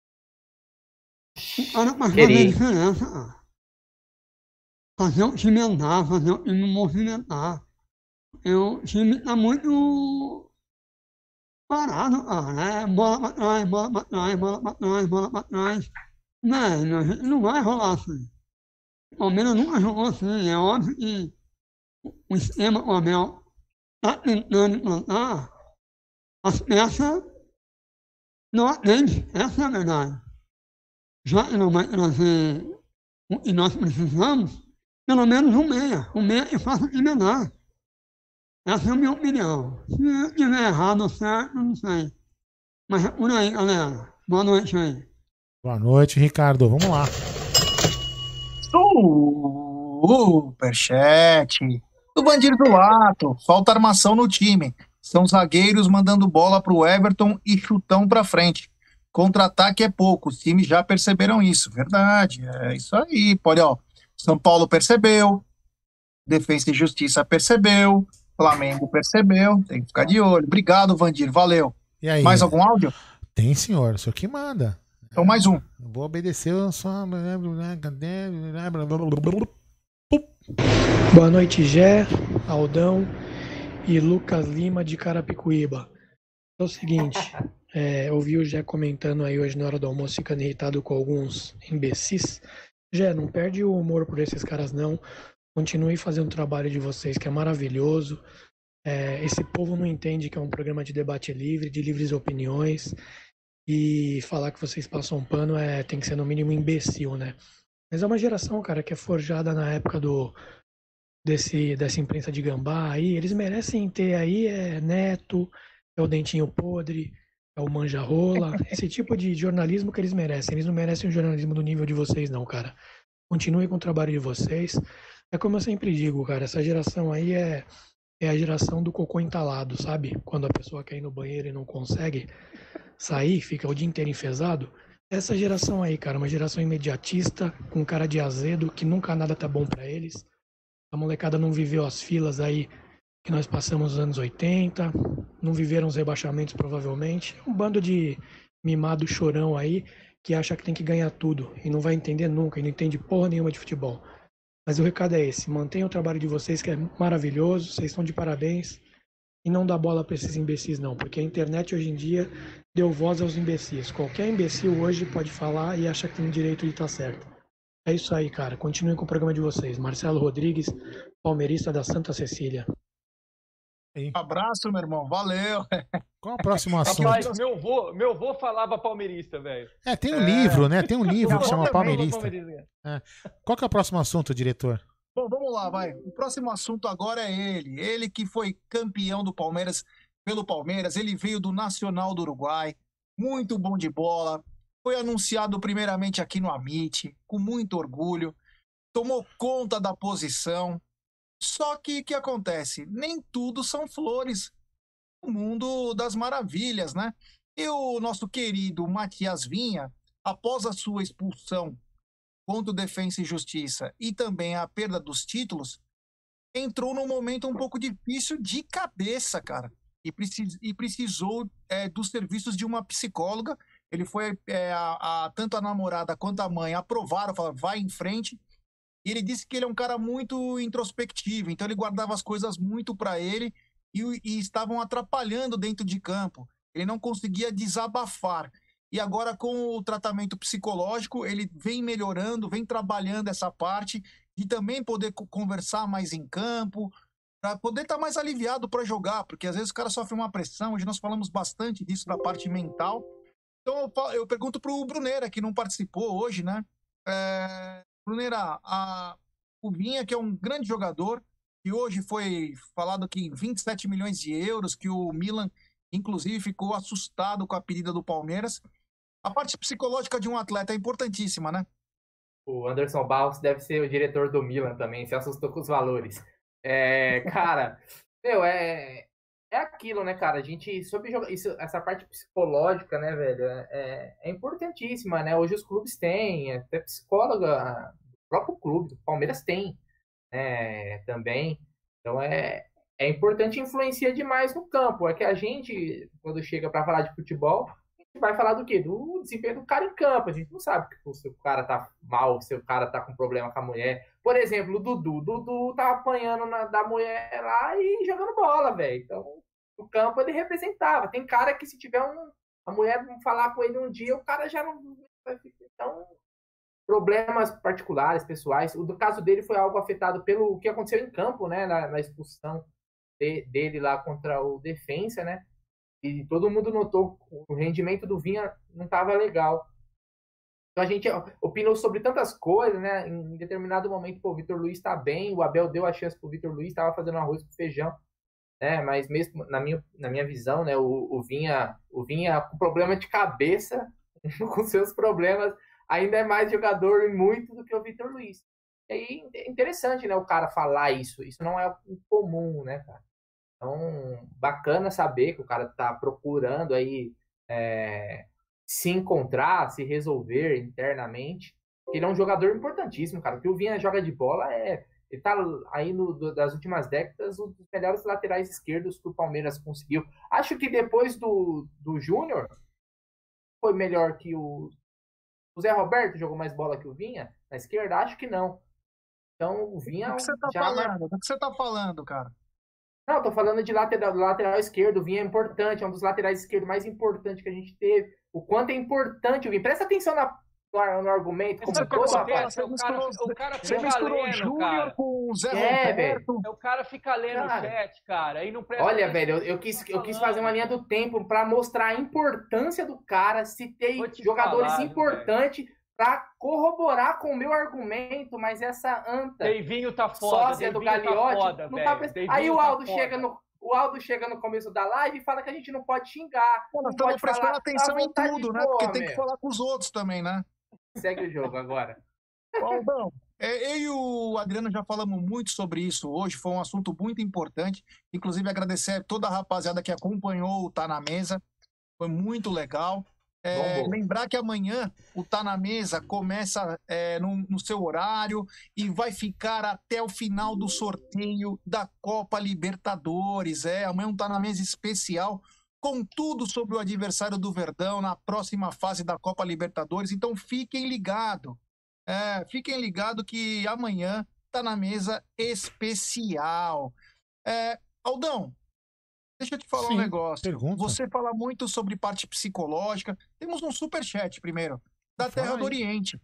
Speaker 14: Um cara pra fazer a diferença, cara. Fazer o time andar, fazer o time movimentar. O time tá muito parado, cara, né? Bola pra trás, bola pra trás, bola pra trás, bola pra trás. Não vai rolar assim. O Palmeiras nunca jogou assim. É óbvio que o esquema que o Abel tá tentando implantar, as peças não atende. Essa é a verdade. Já que não vai trazer o que nós precisamos, pelo menos um meia que faça de menor. Essa é a minha opinião. Se eu estiver errado ou certo, não sei. Mas é por aí, galera. Boa noite aí.
Speaker 3: Boa noite, Ricardo. Vamos lá.
Speaker 5: Superchat. Do Bandido do Lato. Falta armação no time. São zagueiros mandando bola pro Everton e chutão pra frente. Contra-ataque é pouco. Os times já perceberam isso. Verdade. É isso aí. Pode, ó. São Paulo percebeu. Defensa e Justiça percebeu. Flamengo percebeu. Tem que ficar de olho. Obrigado, Vandir. Valeu.
Speaker 3: E aí?
Speaker 5: Mais algum áudio?
Speaker 3: Tem, senhor. O senhor que manda.
Speaker 5: Então, mais um.
Speaker 3: Eu vou obedecer só.
Speaker 15: Boa noite, Gé, Aldão e Lucas Lima de Carapicuíba. É o seguinte, eu vi o Gé comentando aí hoje na hora do almoço, ficando irritado com alguns imbecis. Gé, não perde o humor por esses caras não. Continue fazendo o trabalho de vocês, que é maravilhoso. Esse povo não entende que é um programa de debate livre, de livres opiniões. E falar que vocês passam pano tem que ser no mínimo imbecil, né? Mas é uma geração, cara, que é forjada na época dessa imprensa de gambá aí. Eles merecem ter aí Neto, é o Dentinho Podre, é o Manja-Rola. Esse tipo de jornalismo que eles merecem. Eles não merecem um jornalismo do nível de vocês, não, cara. Continuem com o trabalho de vocês. É como eu sempre digo, cara, essa geração aí é a geração do cocô entalado, sabe? Quando a pessoa quer ir no banheiro e não consegue sair, fica o dia inteiro enfesado. Essa geração aí, cara, uma geração imediatista, com cara de azedo, que nunca nada tá bom pra eles. A molecada não viveu as filas aí que nós passamos nos anos 80, não viveram os rebaixamentos provavelmente. É um bando de mimado chorão aí que acha que tem que ganhar tudo e não vai entender nunca, e não entende porra nenhuma de futebol. Mas o recado é esse, mantenham o trabalho de vocês, que é maravilhoso, vocês estão de parabéns. E não dá bola para esses imbecis não, porque a internet hoje em dia deu voz aos imbecis. Qualquer imbecil hoje pode falar e acha que tem direito de estar certo. É isso aí, cara. Continuem com o programa de vocês. Marcelo Rodrigues, palmeirista da Santa Cecília.
Speaker 5: Abraço, meu irmão. Valeu.
Speaker 3: Qual o próximo assunto?
Speaker 6: Rapaz, meu vô falava palmeirista, velho.
Speaker 3: Tem um livro, né? Tem um livro que chama Palmeirista.
Speaker 6: Palmeirista.
Speaker 3: Qual que é o próximo assunto, diretor?
Speaker 5: Bom, vamos lá, vai. O próximo assunto agora é ele. Ele que foi campeão do Palmeiras, pelo Palmeiras. Ele veio do Nacional do Uruguai. Muito bom de bola. Foi anunciado primeiramente aqui no Amit, com muito orgulho. Tomou conta da posição. Só que o que acontece? Nem tudo são flores no mundo das maravilhas, né? E o nosso querido Matias Vinha, após a sua expulsão contra o Defensa e Justiça e também a perda dos títulos, entrou num momento um pouco difícil de cabeça, cara. E precisou dos serviços de uma psicóloga. Ele foi, tanto a namorada quanto a mãe aprovaram, falaram, vai em frente. E ele disse que ele é um cara muito introspectivo, então ele guardava as coisas muito para ele e estavam atrapalhando dentro de campo. Ele não conseguia desabafar. E agora, com o tratamento psicológico, ele vem melhorando, vem trabalhando essa parte de também poder conversar mais em campo, para poder estar mais aliviado para jogar, porque às vezes o cara sofre uma pressão. Hoje nós falamos bastante disso da parte mental. Então eu pergunto para o Bruneira, que não participou hoje, né? Bruneira, o Vinha, que é um grande jogador, e hoje foi falado que 27 milhões de euros, que o Milan, inclusive, ficou assustado com a pedida do Palmeiras. A parte psicológica de um atleta é importantíssima, né?
Speaker 4: O Anderson Barros deve ser o diretor do Milan também, se assustou com os valores. Cara, é aquilo, né, cara? A gente soube jogar essa parte psicológica, né, velho? É importantíssima, né? Hoje os clubes têm, até psicóloga, o próprio clube, o Palmeiras tem, também. Então é importante, influencia demais no campo. É que a gente, quando chega para falar de futebol, a gente vai falar do quê? Do desempenho do cara em campo. A gente não sabe se o cara tá mal, se o cara tá com problema com a mulher. Por exemplo, o Dudu tá apanhando da mulher lá e jogando bola, velho. Então, no campo ele representava. Tem cara que se tiver a mulher falar com ele um dia, o cara já não vai ficar. Então, problemas particulares, pessoais. O caso dele foi algo afetado pelo que aconteceu em campo, né? Na expulsão dele lá contra o Defensa, né? E todo mundo notou que o rendimento do Vinha não estava legal. Então a gente opinou sobre tantas coisas, né? Em determinado momento, pô, o Vitor Luiz está bem, o Abel deu a chance pro Vitor Luiz, estava fazendo arroz com feijão, né? Mas mesmo na minha visão, né? O Vinha com problema de cabeça, com seus problemas, ainda é mais jogador e muito do que o Vitor Luiz. E aí é interessante, né? O cara falar isso. Isso não é comum, né, cara? Então, bacana saber que o cara tá procurando aí se encontrar, se resolver internamente. Ele é um jogador importantíssimo, cara. O que o Vinha joga de bola ele tá aí das últimas décadas um dos melhores laterais esquerdos que o Palmeiras conseguiu. Acho que depois do Júnior foi melhor que o Zé Roberto jogou mais bola que o Vinha na esquerda? Acho que não. Então o Vinha
Speaker 5: Do que você tá falando? Do que você tá falando, cara?
Speaker 4: Não, tô falando de lateral esquerdo. O Vinha é importante, é um dos laterais esquerdos mais importantes que a gente teve. O quanto é importante o Vinha. Presta atenção no argumento. Como
Speaker 6: O cara fica lendo, cara.
Speaker 5: Com o Zé Roberto.
Speaker 4: Velho.
Speaker 6: O cara fica lendo o chat, cara, e não presta
Speaker 4: Olha,
Speaker 6: atenção.
Speaker 4: velho, eu quis fazer uma linha do tempo pra mostrar a importância do cara. Citei jogadores importantes pra corroborar com o meu argumento, mas essa anta
Speaker 6: Deivinho tá foda,
Speaker 4: sócia do
Speaker 6: Deivinho
Speaker 4: Gagliotti
Speaker 6: tá foda,
Speaker 4: não tá
Speaker 6: velho.
Speaker 4: Aí o Aldo
Speaker 6: foda.
Speaker 4: o Aldo chega no começo da live e fala que a gente não pode xingar.
Speaker 5: Pô, nós
Speaker 4: não
Speaker 5: estamos
Speaker 4: pode
Speaker 5: prestando
Speaker 4: falar
Speaker 5: atenção em
Speaker 4: vontade
Speaker 5: tudo,
Speaker 4: de
Speaker 5: né? Porque
Speaker 4: boa,
Speaker 5: tem que
Speaker 4: meu.
Speaker 5: falar com os outros também, né?
Speaker 4: Segue o jogo agora.
Speaker 5: Aldão, eu e o Adriano já falamos muito sobre isso hoje, foi um assunto muito importante. Inclusive, agradecer a toda a rapaziada que acompanhou o Tá Na Mesa, foi muito legal. Lembrar que amanhã o Tá Na Mesa começa no seu horário e vai ficar até o final do sorteio da Copa Libertadores. Amanhã um Tá Na Mesa especial com tudo sobre o adversário do Verdão na próxima fase da Copa Libertadores. Então fiquem ligados. Fiquem ligados que amanhã Tá Na Mesa especial. Aldão, deixa eu te falar um negócio.
Speaker 3: Pergunta.
Speaker 5: Você fala muito sobre parte psicológica. Temos um superchat primeiro, da Terra do Oriente.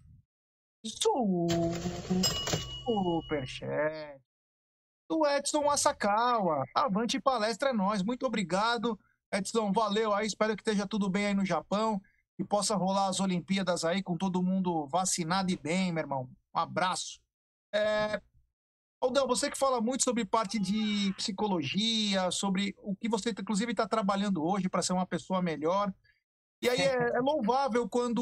Speaker 5: Superchat. Do Edson Asakawa. Avante palestra é nóis. Muito obrigado, Edson. Valeu aí. Espero que esteja tudo bem aí no Japão. Que possa rolar as Olimpíadas aí com todo mundo vacinado e bem, meu irmão. Um abraço. Aldão, você que fala muito sobre parte de psicologia, sobre o que você, inclusive, está trabalhando hoje para ser uma pessoa melhor. E aí é louvável quando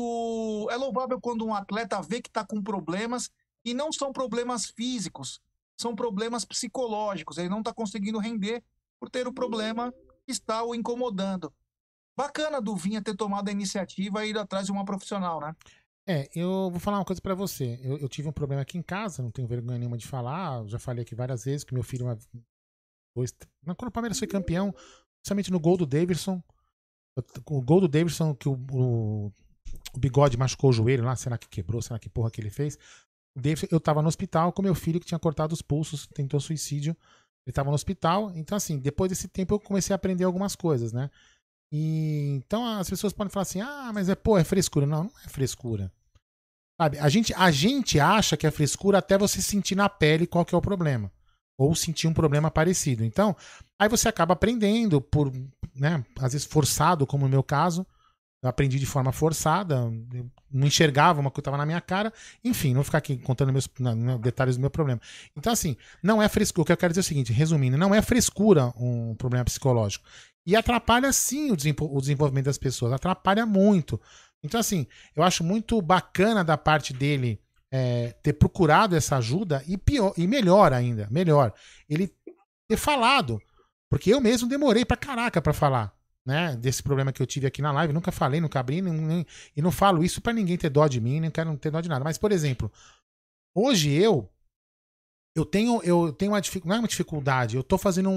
Speaker 5: um atleta vê que está com problemas e não são problemas físicos, são problemas psicológicos. Ele não está conseguindo render por ter o problema que está o incomodando. Bacana do Vinha ter tomado a iniciativa e ir atrás de uma profissional, né?
Speaker 3: Eu vou falar uma coisa pra você. Eu tive um problema aqui em casa, não tenho vergonha nenhuma de falar. Já falei aqui várias vezes que meu filho, quando o Palmeiras foi campeão, principalmente no gol do Davidson, o gol do Davidson, que o Bigode machucou o joelho lá, será que quebrou, será que porra que ele fez? Eu tava no hospital com meu filho que tinha cortado os pulsos, tentou suicídio. Ele tava no hospital, então assim, depois desse tempo eu comecei a aprender algumas coisas, né? E então as pessoas podem falar assim, mas é frescura. Não é frescura. Sabe, a gente acha que é frescura até você sentir na pele qual que é o problema. Ou sentir um problema parecido. Então, aí você acaba aprendendo por, né, às vezes forçado, como no meu caso. Eu aprendi de forma forçada, eu não enxergava uma coisa que estava na minha cara. Enfim, não vou ficar aqui contando detalhes do meu problema. Então, assim, não é frescura. O que eu quero dizer é o seguinte, resumindo, não é frescura um problema psicológico. E atrapalha, sim, o desenvolvimento das pessoas. Atrapalha muito. Então, assim, eu acho muito bacana da parte dele ter procurado essa ajuda e melhor ainda, ele ter falado. Porque eu mesmo demorei pra caraca pra falar, né, desse problema que eu tive aqui na live. Nunca falei, nunca abri, e não falo isso pra ninguém ter dó de mim, nem quero ter dó de nada. Mas, por exemplo, hoje eu tenho uma dificuldade, não é uma dificuldade, eu tô fazendo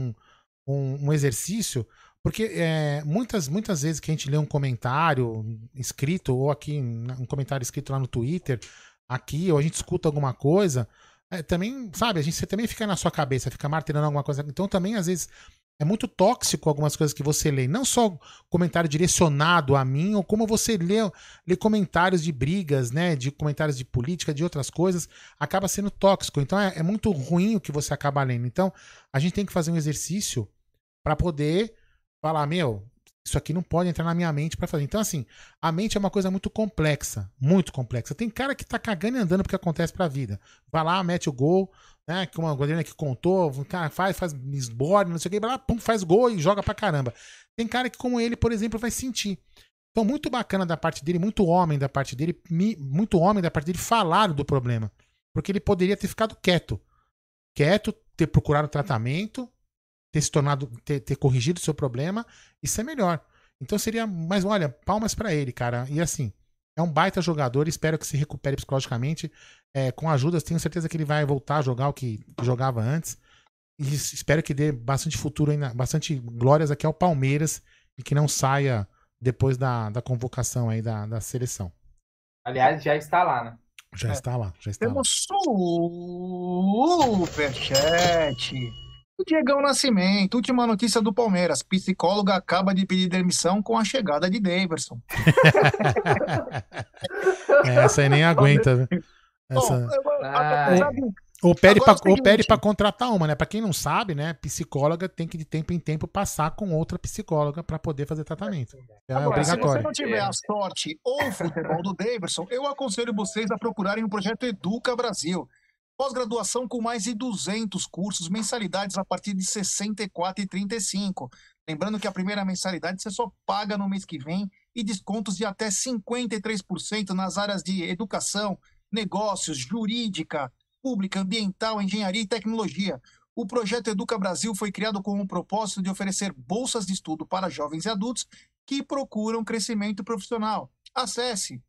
Speaker 3: um exercício, porque muitas vezes que a gente lê um comentário escrito, ou aqui um comentário escrito lá no Twitter, aqui, ou a gente escuta alguma coisa, também, sabe, você também fica na sua cabeça, fica martelando alguma coisa. Então também, às vezes, é muito tóxico algumas coisas que você lê. Não só comentário direcionado a mim, ou como você lê comentários de brigas, né, de comentários de política, de outras coisas, acaba sendo tóxico. Então é muito ruim o que você acaba lendo. Então a gente tem que fazer um exercício para poder falar, meu, isso aqui não pode entrar na minha mente pra fazer. Então, assim, a mente é uma coisa muito complexa. Muito complexa. Tem cara que tá cagando e andando porque acontece pra vida. Vai lá, mete o gol, né? Como a goleira que contou, o cara faz esborde, não sei o que, vai lá, pum, faz gol e joga pra caramba. Tem cara que, como ele, por exemplo, vai sentir. Então, muito bacana da parte dele, muito homem da parte dele falar do problema. Porque ele poderia ter ficado quieto. Ter procurado tratamento, ter se tornado, ter corrigido o seu problema e ser melhor. Então seria, mas olha, palmas pra ele, cara. E assim, é um baita jogador, espero que se recupere psicologicamente. Com ajudas, tenho certeza que ele vai voltar a jogar o que jogava antes. E espero que dê bastante futuro, bastante glórias aqui ao Palmeiras e que não saia depois da convocação aí da seleção.
Speaker 4: Aliás, já está lá, né?
Speaker 3: Já está lá.
Speaker 5: Temos superchat. O Diegão Nascimento, última notícia do Palmeiras. Psicóloga acaba de pedir demissão com a chegada de Daverson.
Speaker 3: Essa aí nem aguenta, viu? Ou pede pra contratar uma, né? Pra quem não sabe, né? Psicóloga tem que de tempo em tempo passar com outra psicóloga pra poder fazer tratamento.
Speaker 5: Agora, se você
Speaker 3: obrigatório.
Speaker 5: não tiver a sorte ou o futebol do Daverson, eu aconselho vocês a procurarem o projeto Educa Brasil. Pós-graduação com mais de 200 cursos, mensalidades a partir de R$ 64,35. Lembrando que a primeira mensalidade você só paga no mês que vem e descontos de até 53% nas áreas de educação, negócios, jurídica, pública, ambiental, engenharia e tecnologia. O projeto Educa Brasil foi criado com o propósito de oferecer bolsas de estudo para jovens e adultos que procuram crescimento profissional. Acesse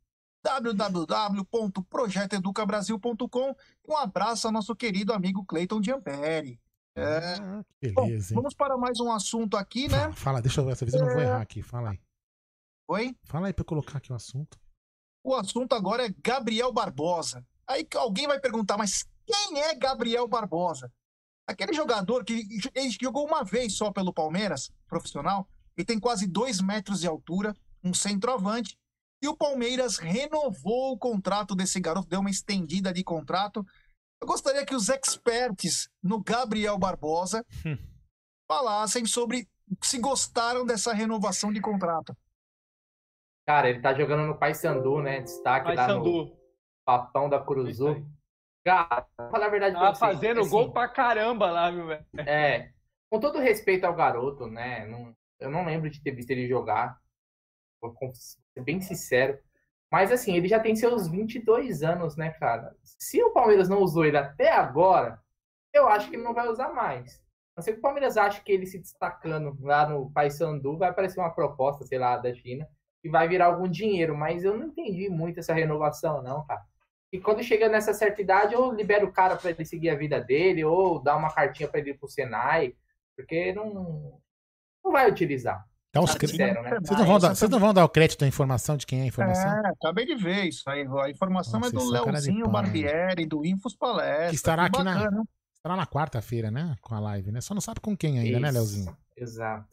Speaker 5: www.projetoeducabrasil.com. Um abraço ao nosso querido amigo Cleiton Giamperi.
Speaker 3: Beleza,
Speaker 5: vamos para mais um assunto aqui, né?
Speaker 3: Fala, deixa eu ver, essa vez eu não vou errar aqui, fala aí.
Speaker 5: Oi?
Speaker 3: Fala aí pra eu colocar aqui o assunto.
Speaker 5: O assunto agora é Gabriel Barbosa. Aí alguém vai perguntar, mas quem é Gabriel Barbosa? Aquele jogador que ele jogou uma vez só pelo Palmeiras, profissional, e tem quase 2 metros de altura, um centroavante, e o Palmeiras renovou o contrato desse garoto, deu uma estendida de contrato. Eu gostaria que os experts no Gabriel Barbosa falassem sobre se gostaram dessa renovação de contrato.
Speaker 4: Cara, ele tá jogando no Paysandu, né? Destaque lá no Papão da Curuzu. Cara, pra falar a verdade pra
Speaker 6: Tá
Speaker 4: vocês,
Speaker 6: fazendo
Speaker 4: assim,
Speaker 6: gol pra caramba lá, viu, velho?
Speaker 4: Com todo respeito ao garoto, né? Eu não lembro de ter visto ele jogar. Vou ser bem sincero. Mas, assim, ele já tem seus 22 anos, né, cara? Se o Palmeiras não usou ele até agora, eu acho que ele não vai usar mais. Não sei que o Palmeiras acha que ele se destacando lá no Paysandu vai aparecer uma proposta, sei lá, da China, e vai virar algum dinheiro. Mas eu não entendi muito essa renovação, não, cara. E quando chega nessa certa idade, ou libera o cara para ele seguir a vida dele, ou dá uma cartinha para ele ir pro Senai, porque não vai utilizar.
Speaker 3: Então,
Speaker 4: sincero, né?
Speaker 3: Vocês não vão dar o crédito da informação de quem é a informação?
Speaker 5: Acabei de ver isso aí. A informação é do Leozinho Barbieri, do Infos Palestra.
Speaker 3: Que estará aqui estará na quarta-feira, né? Com a live, né? Só não sabe com quem ainda, né, Leozinho?
Speaker 4: Exato.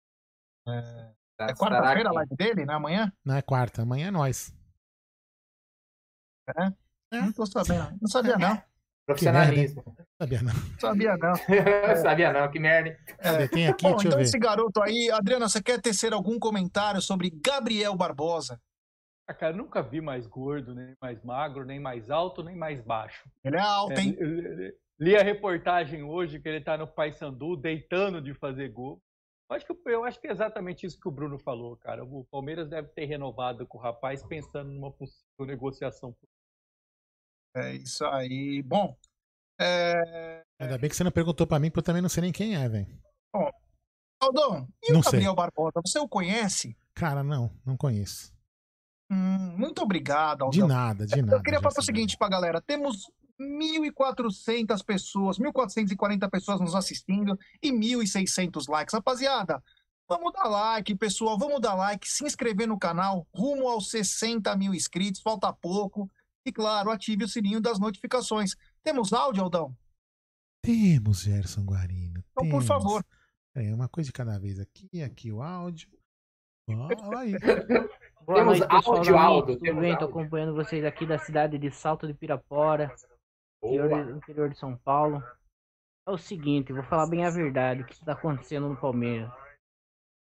Speaker 5: É quarta-feira a live dele, né? Amanhã?
Speaker 3: Não é quarta, amanhã é nós.
Speaker 5: Não tô sabendo. Não sabia, não.
Speaker 4: Profissionalismo.
Speaker 3: Sabia não.
Speaker 4: Sabia não, que merda.
Speaker 3: Tem aqui,
Speaker 5: Bom,
Speaker 3: deixa eu
Speaker 5: então
Speaker 3: ver.
Speaker 5: esse garoto aí, Adriana, você quer tecer algum comentário sobre Gabriel Barbosa?
Speaker 6: Cara, nunca vi mais gordo, nem mais magro, nem mais alto, nem mais baixo.
Speaker 5: Ele é alto, hein?
Speaker 6: Li a reportagem hoje que ele tá no Paysandu, deitando de fazer gol. Eu acho que é exatamente isso que o Bruno falou, cara. O Palmeiras deve ter renovado com o rapaz pensando numa possível negociação.
Speaker 5: É isso aí. Bom,
Speaker 3: Ainda bem que você não perguntou pra mim, porque eu também não sei nem quem é, velho.
Speaker 5: Bom, Aldão, e
Speaker 3: Não
Speaker 5: o Gabriel
Speaker 3: sei.
Speaker 5: Barbosa, você o conhece?
Speaker 3: Cara, não conheço.
Speaker 5: Muito obrigado, Aldão.
Speaker 3: De nada.
Speaker 5: Eu queria falar o seguinte pra galera. Temos 1.400 pessoas, 1.440 pessoas nos assistindo e 1.600 likes. Rapaziada, vamos dar like, pessoal. Vamos dar like, se inscrever no canal, rumo aos 60 mil inscritos. Falta pouco. E, claro, ative o sininho das notificações. Temos áudio, Aldão?
Speaker 3: Temos, Gerson Guarino.
Speaker 5: Então, por favor.
Speaker 3: Uma coisa de cada vez. Aqui o áudio. Fala aí.
Speaker 16: Boa noite, pessoal.
Speaker 4: Aldo.
Speaker 16: Tudo bem? Estou acompanhando vocês aqui da cidade de Salto de Pirapora, interior de São Paulo. É o seguinte, vou falar bem a verdade, o que está acontecendo no Palmeiras.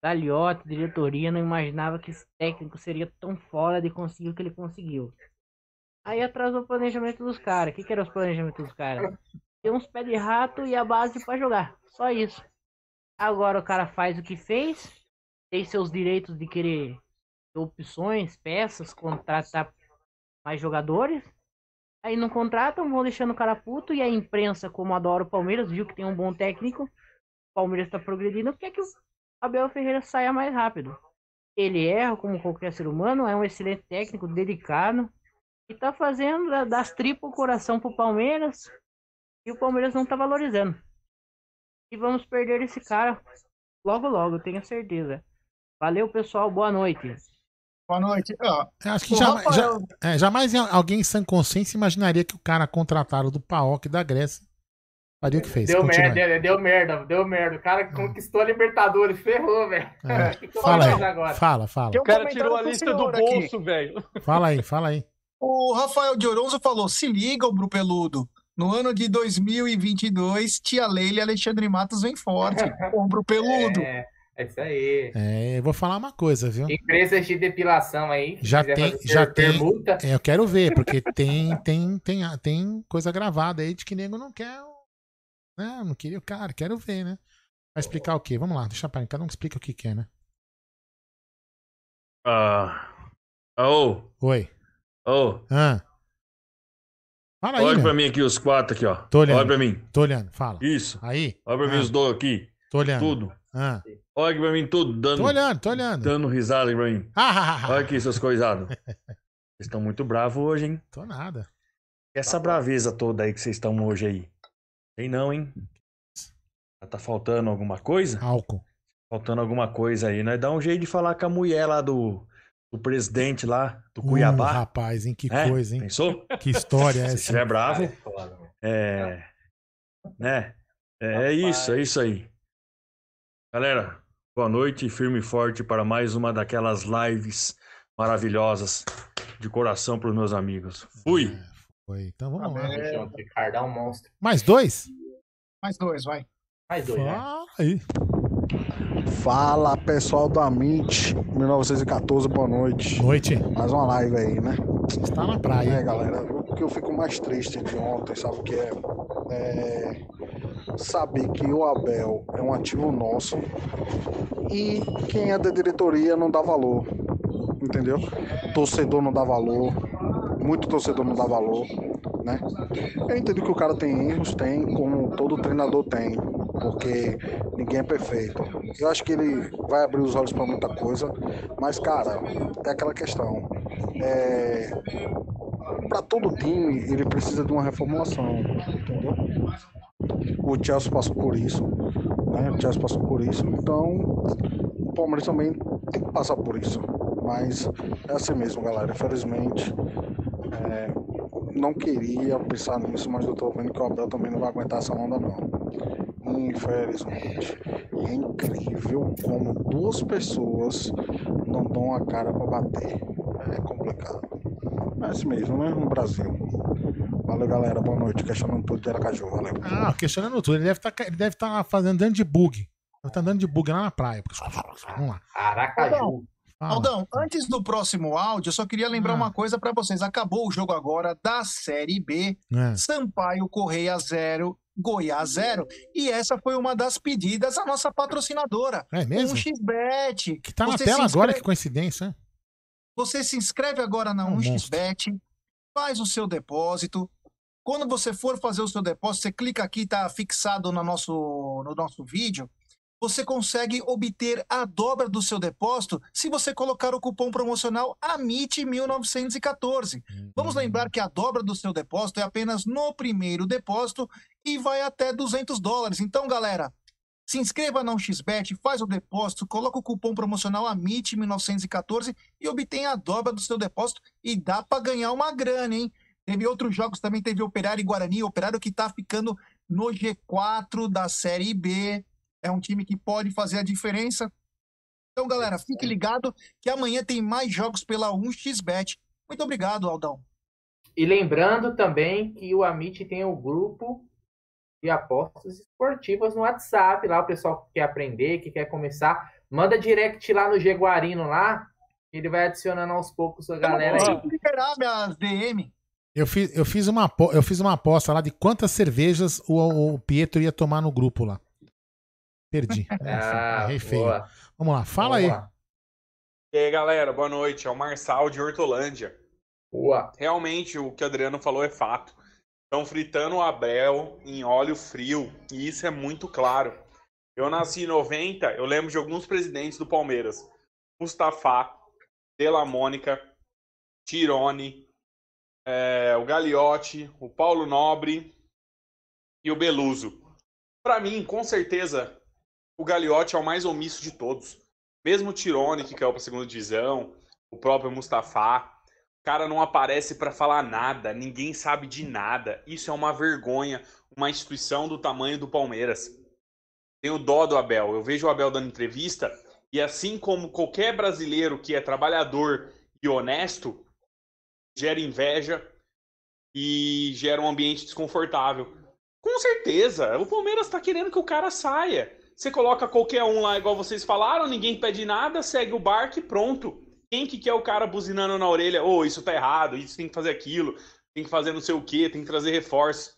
Speaker 16: Gagliotti, diretoria, não imaginava que esse técnico seria tão fora de conseguir o que ele conseguiu. Aí atrasou o planejamento dos caras. O que era os planejamentos dos caras? Ter uns pés de rato e a base pra jogar. Só isso. Agora o cara faz o que fez, tem seus direitos de querer opções, peças, contratar mais jogadores. Aí não contratam, vão deixando o cara puto. E a imprensa, como adora o Palmeiras, viu que tem um bom técnico, o Palmeiras tá progredindo, quer que o Abel Ferreira saia mais rápido. Ele erra como qualquer ser humano, é um excelente técnico, dedicado, e tá fazendo das tripas o coração pro Palmeiras, e o Palmeiras não tá valorizando. E vamos perder esse cara logo logo, eu tenho certeza. Valeu, pessoal, boa noite.
Speaker 5: Boa noite.
Speaker 3: Acho que jamais alguém em sã consciência imaginaria que o cara contratado do PAOK da Grécia faria o que fez.
Speaker 4: Deu merda. O cara que conquistou a Libertadores, ferrou, velho.
Speaker 3: Fala.
Speaker 6: O cara tirou a lista do bolso, velho.
Speaker 3: Fala aí.
Speaker 5: O Rafael de Oronzo falou, se liga, o Brupeludo. No ano de 2022, Tia Leila e Alexandre Matos vem forte. O Brupeludo.
Speaker 4: É isso aí.
Speaker 3: Eu vou falar uma coisa, viu?
Speaker 4: Empresas de depilação aí.
Speaker 3: Já tem. Eu quero ver, porque tem coisa gravada aí de que nego não quer. Não queria o cara, quero ver, né? Vai explicar o quê? Vamos lá, deixa para cada um explica o que quer, né? Oi. Fala aí,
Speaker 17: olha pra mim aqui os quatro aqui, ó.
Speaker 3: Tô olhando.
Speaker 17: Olha pra mim.
Speaker 3: Tô olhando, fala.
Speaker 17: Isso.
Speaker 3: Aí.
Speaker 17: Olha pra mim os dois aqui.
Speaker 3: Tô olhando.
Speaker 17: Tudo. Olha pra mim tudo, dando.
Speaker 3: Tô olhando.
Speaker 17: Dando risada aí pra mim. Olha aqui, seus coisados. Vocês estão muito bravos hoje, hein?
Speaker 3: Tô nada.
Speaker 17: Essa braveza toda aí que vocês estão hoje aí. Tem não, hein? Tá faltando alguma coisa?
Speaker 3: Álcool.
Speaker 17: Faltando alguma coisa aí. Nós dá um jeito de falar com a mulher lá do presidente lá, do Cuiabá.
Speaker 3: Rapaz, hein? Que coisa, hein?
Speaker 17: Pensou?
Speaker 3: Que história é essa?
Speaker 17: Se tiver bravo. Né? É isso aí. Galera, boa noite, firme e forte para mais uma daquelas lives maravilhosas de coração para os meus amigos. Fui!
Speaker 3: Foi. Então vamos lá.
Speaker 4: Ricardo é um monstro.
Speaker 3: Mais dois?
Speaker 5: Mais dois, vai.
Speaker 4: Mais dois, né?
Speaker 3: Aí.
Speaker 18: Fala, pessoal do Amit 1914, boa noite.
Speaker 3: Noite.
Speaker 18: Mais uma live aí, né?
Speaker 3: Está na praia.
Speaker 18: Galera, o que eu fico mais triste de ontem, sabe o que é? Saber que o Abel é um ativo nosso e quem é da diretoria não dá valor, entendeu? Torcedor não dá valor, muito torcedor não dá valor, né? Eu entendo que o cara tem erros, como todo treinador tem, porque ninguém é perfeito. Eu acho que ele vai abrir os olhos para muita coisa, mas, cara, é aquela questão. Para todo time, ele precisa de uma reformulação, entendeu? O Chelsea passou por isso, né? Então o Palmeiras também tem que passar por isso. Mas é assim mesmo, galera. Infelizmente, não queria pensar nisso, mas eu tô vendo que o Abel também não vai aguentar essa onda, não. Infelizmente. E é incrível como duas pessoas não dão a cara pra bater. É complicado. É assim mesmo, né? No Brasil. Valeu, galera. Boa noite. Questionando tudo de Aracaju. Valeu.
Speaker 3: Questionando tudo. Ele deve estar fazendo dando de bug. Ele tá andando de bug lá na praia. Vamos lá.
Speaker 4: Aracaju.
Speaker 5: Aldão, antes do próximo áudio, eu só queria lembrar uma coisa pra vocês. Acabou o jogo agora da Série B. Sampaio Correia 0, Goiás 0. E essa foi uma das pedidas da nossa patrocinadora.
Speaker 3: É mesmo?
Speaker 5: 1xBet.
Speaker 3: Que tá na tela agora, que coincidência, né?
Speaker 5: Você se inscreve agora na 1xBet, faz o seu depósito. Quando você for fazer o seu depósito, você clica aqui, tá fixado no nosso vídeo. Você consegue obter a dobra do seu depósito se você colocar o cupom promocional AMIT1914. Vamos lembrar que a dobra do seu depósito é apenas no primeiro depósito e vai até $200. Então, galera, se inscreva na 1xBet, faz o depósito, coloca o cupom promocional AMIT1914 e obtenha a dobra do seu depósito e dá para ganhar uma grana, hein? Teve outros jogos também, teve Operário e Guarani, Operário que tá ficando no G4 da Série B. É um time que pode fazer a diferença. Então, galera, fique ligado que amanhã tem mais jogos pela 1xBet. Muito obrigado, Aldão.
Speaker 4: E lembrando também que o Amit tem o grupo de apostas esportivas no WhatsApp. Lá o pessoal que quer aprender, que quer começar. Manda direct lá no Jaguarino lá, ele vai adicionando aos poucos a galera
Speaker 5: Eu
Speaker 4: aí.
Speaker 5: não consigo liberar minhas DM.
Speaker 3: Eu fiz uma aposta lá de quantas cervejas o Pietro ia tomar no grupo lá. Perdi. Errei feio.
Speaker 4: Boa.
Speaker 3: Vamos lá, fala
Speaker 4: Vamos
Speaker 3: aí.
Speaker 4: lá.
Speaker 19: E aí, galera, boa noite. É o Marçal de Hortolândia.
Speaker 4: Boa.
Speaker 19: Realmente, o que o Adriano falou é fato. Estão fritando o Abel em óleo frio, e isso é muito claro. Eu nasci em 90, eu lembro de alguns presidentes do Palmeiras. Mustafa, De La Mônica, Tirone, o Gagliotti, o Paulo Nobre e o Beluso. Para mim, com certeza, o Gagliotti é o mais omisso de todos. Mesmo o Tirone, que caiu para a segunda divisão, o próprio Mustafa, o cara não aparece para falar nada, ninguém sabe de nada. Isso é uma vergonha, uma instituição do tamanho do Palmeiras. Tenho dó do Abel. Eu vejo o Abel dando entrevista e assim como qualquer brasileiro que é trabalhador e honesto, gera inveja e gera um ambiente desconfortável. Com certeza, o Palmeiras está querendo que o cara saia. Você coloca qualquer um lá, igual vocês falaram, ninguém pede nada, segue o barco e pronto. Quem que quer o cara buzinando na orelha? Isso tá errado, isso tem que fazer aquilo, tem que fazer não sei o quê, tem que trazer reforço.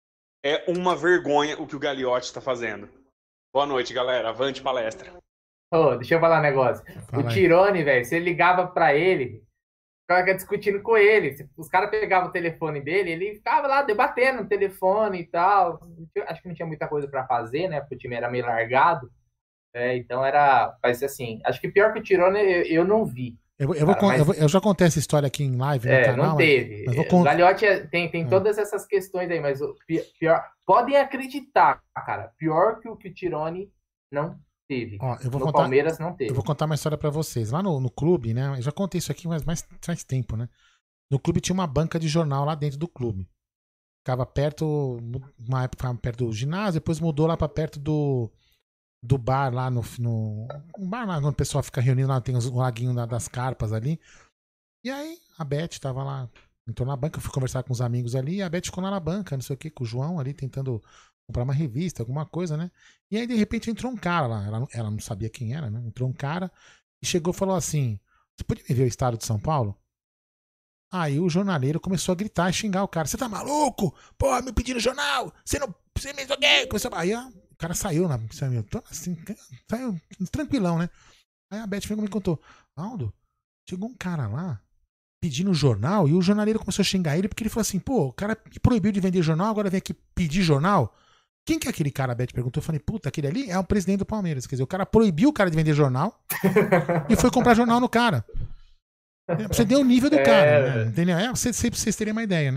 Speaker 19: É uma vergonha o que o Gagliotti está fazendo. Boa noite, galera. Avante palestra.
Speaker 4: Deixa eu falar um negócio.
Speaker 19: Fala
Speaker 4: O
Speaker 19: aí.
Speaker 4: Tirone, velho, você ligava pra ele, ficava discutindo com ele. Os caras pegavam o telefone dele, ele ficava lá debatendo no telefone e tal. Acho que não tinha muita coisa pra fazer, né? Porque o time era meio largado. Então era. Parece assim. Acho que pior que o Tirone eu não vi.
Speaker 3: Eu já contei essa história aqui em live no canal.
Speaker 4: Não teve.
Speaker 3: Mas vou
Speaker 4: O Gagliotti tem todas essas questões aí, mas o pior. Podem acreditar, cara. Pior que o Tirone não teve.
Speaker 3: Ó,
Speaker 4: no Palmeiras não teve.
Speaker 3: Eu vou contar uma história pra vocês. Lá no clube, né? Eu já contei isso aqui, mas faz tempo, né? No clube tinha uma banca de jornal lá dentro do clube. Ficava perto, uma época ficava perto do ginásio, depois mudou lá pra perto do bar lá um bar lá onde o pessoal fica reunido, lá tem o laguinho das carpas ali. E aí a Beth tava lá, entrou na banca, eu fui conversar com os amigos ali, e a Beth ficou lá na banca, não sei o que, com o João ali, tentando comprar uma revista, alguma coisa, né? E aí de repente entrou um cara lá, ela não sabia quem era, né? Entrou um cara e chegou e falou assim: "Você podia me ver o estado de São Paulo?" Aí o jornaleiro começou a gritar e xingar o cara: "Você tá maluco? Pô, me pedindo jornal! Você me joguei!" Aí o cara saiu, assim, saiu tranquilão, né? Aí a Beth me contou: "Aldo, chegou um cara lá pedindo jornal e o jornaleiro começou a xingar ele porque ele falou assim: pô, o cara me proibiu de vender jornal, agora vem aqui pedir jornal. Quem que é aquele cara?" A Beth perguntou. Eu falei: puta, aquele ali é o presidente do Palmeiras. Quer dizer, o cara proibiu o cara de vender jornal e foi comprar jornal no cara. Pra você ver o nível do cara, né? Entendeu? Pra vocês terem uma ideia, né?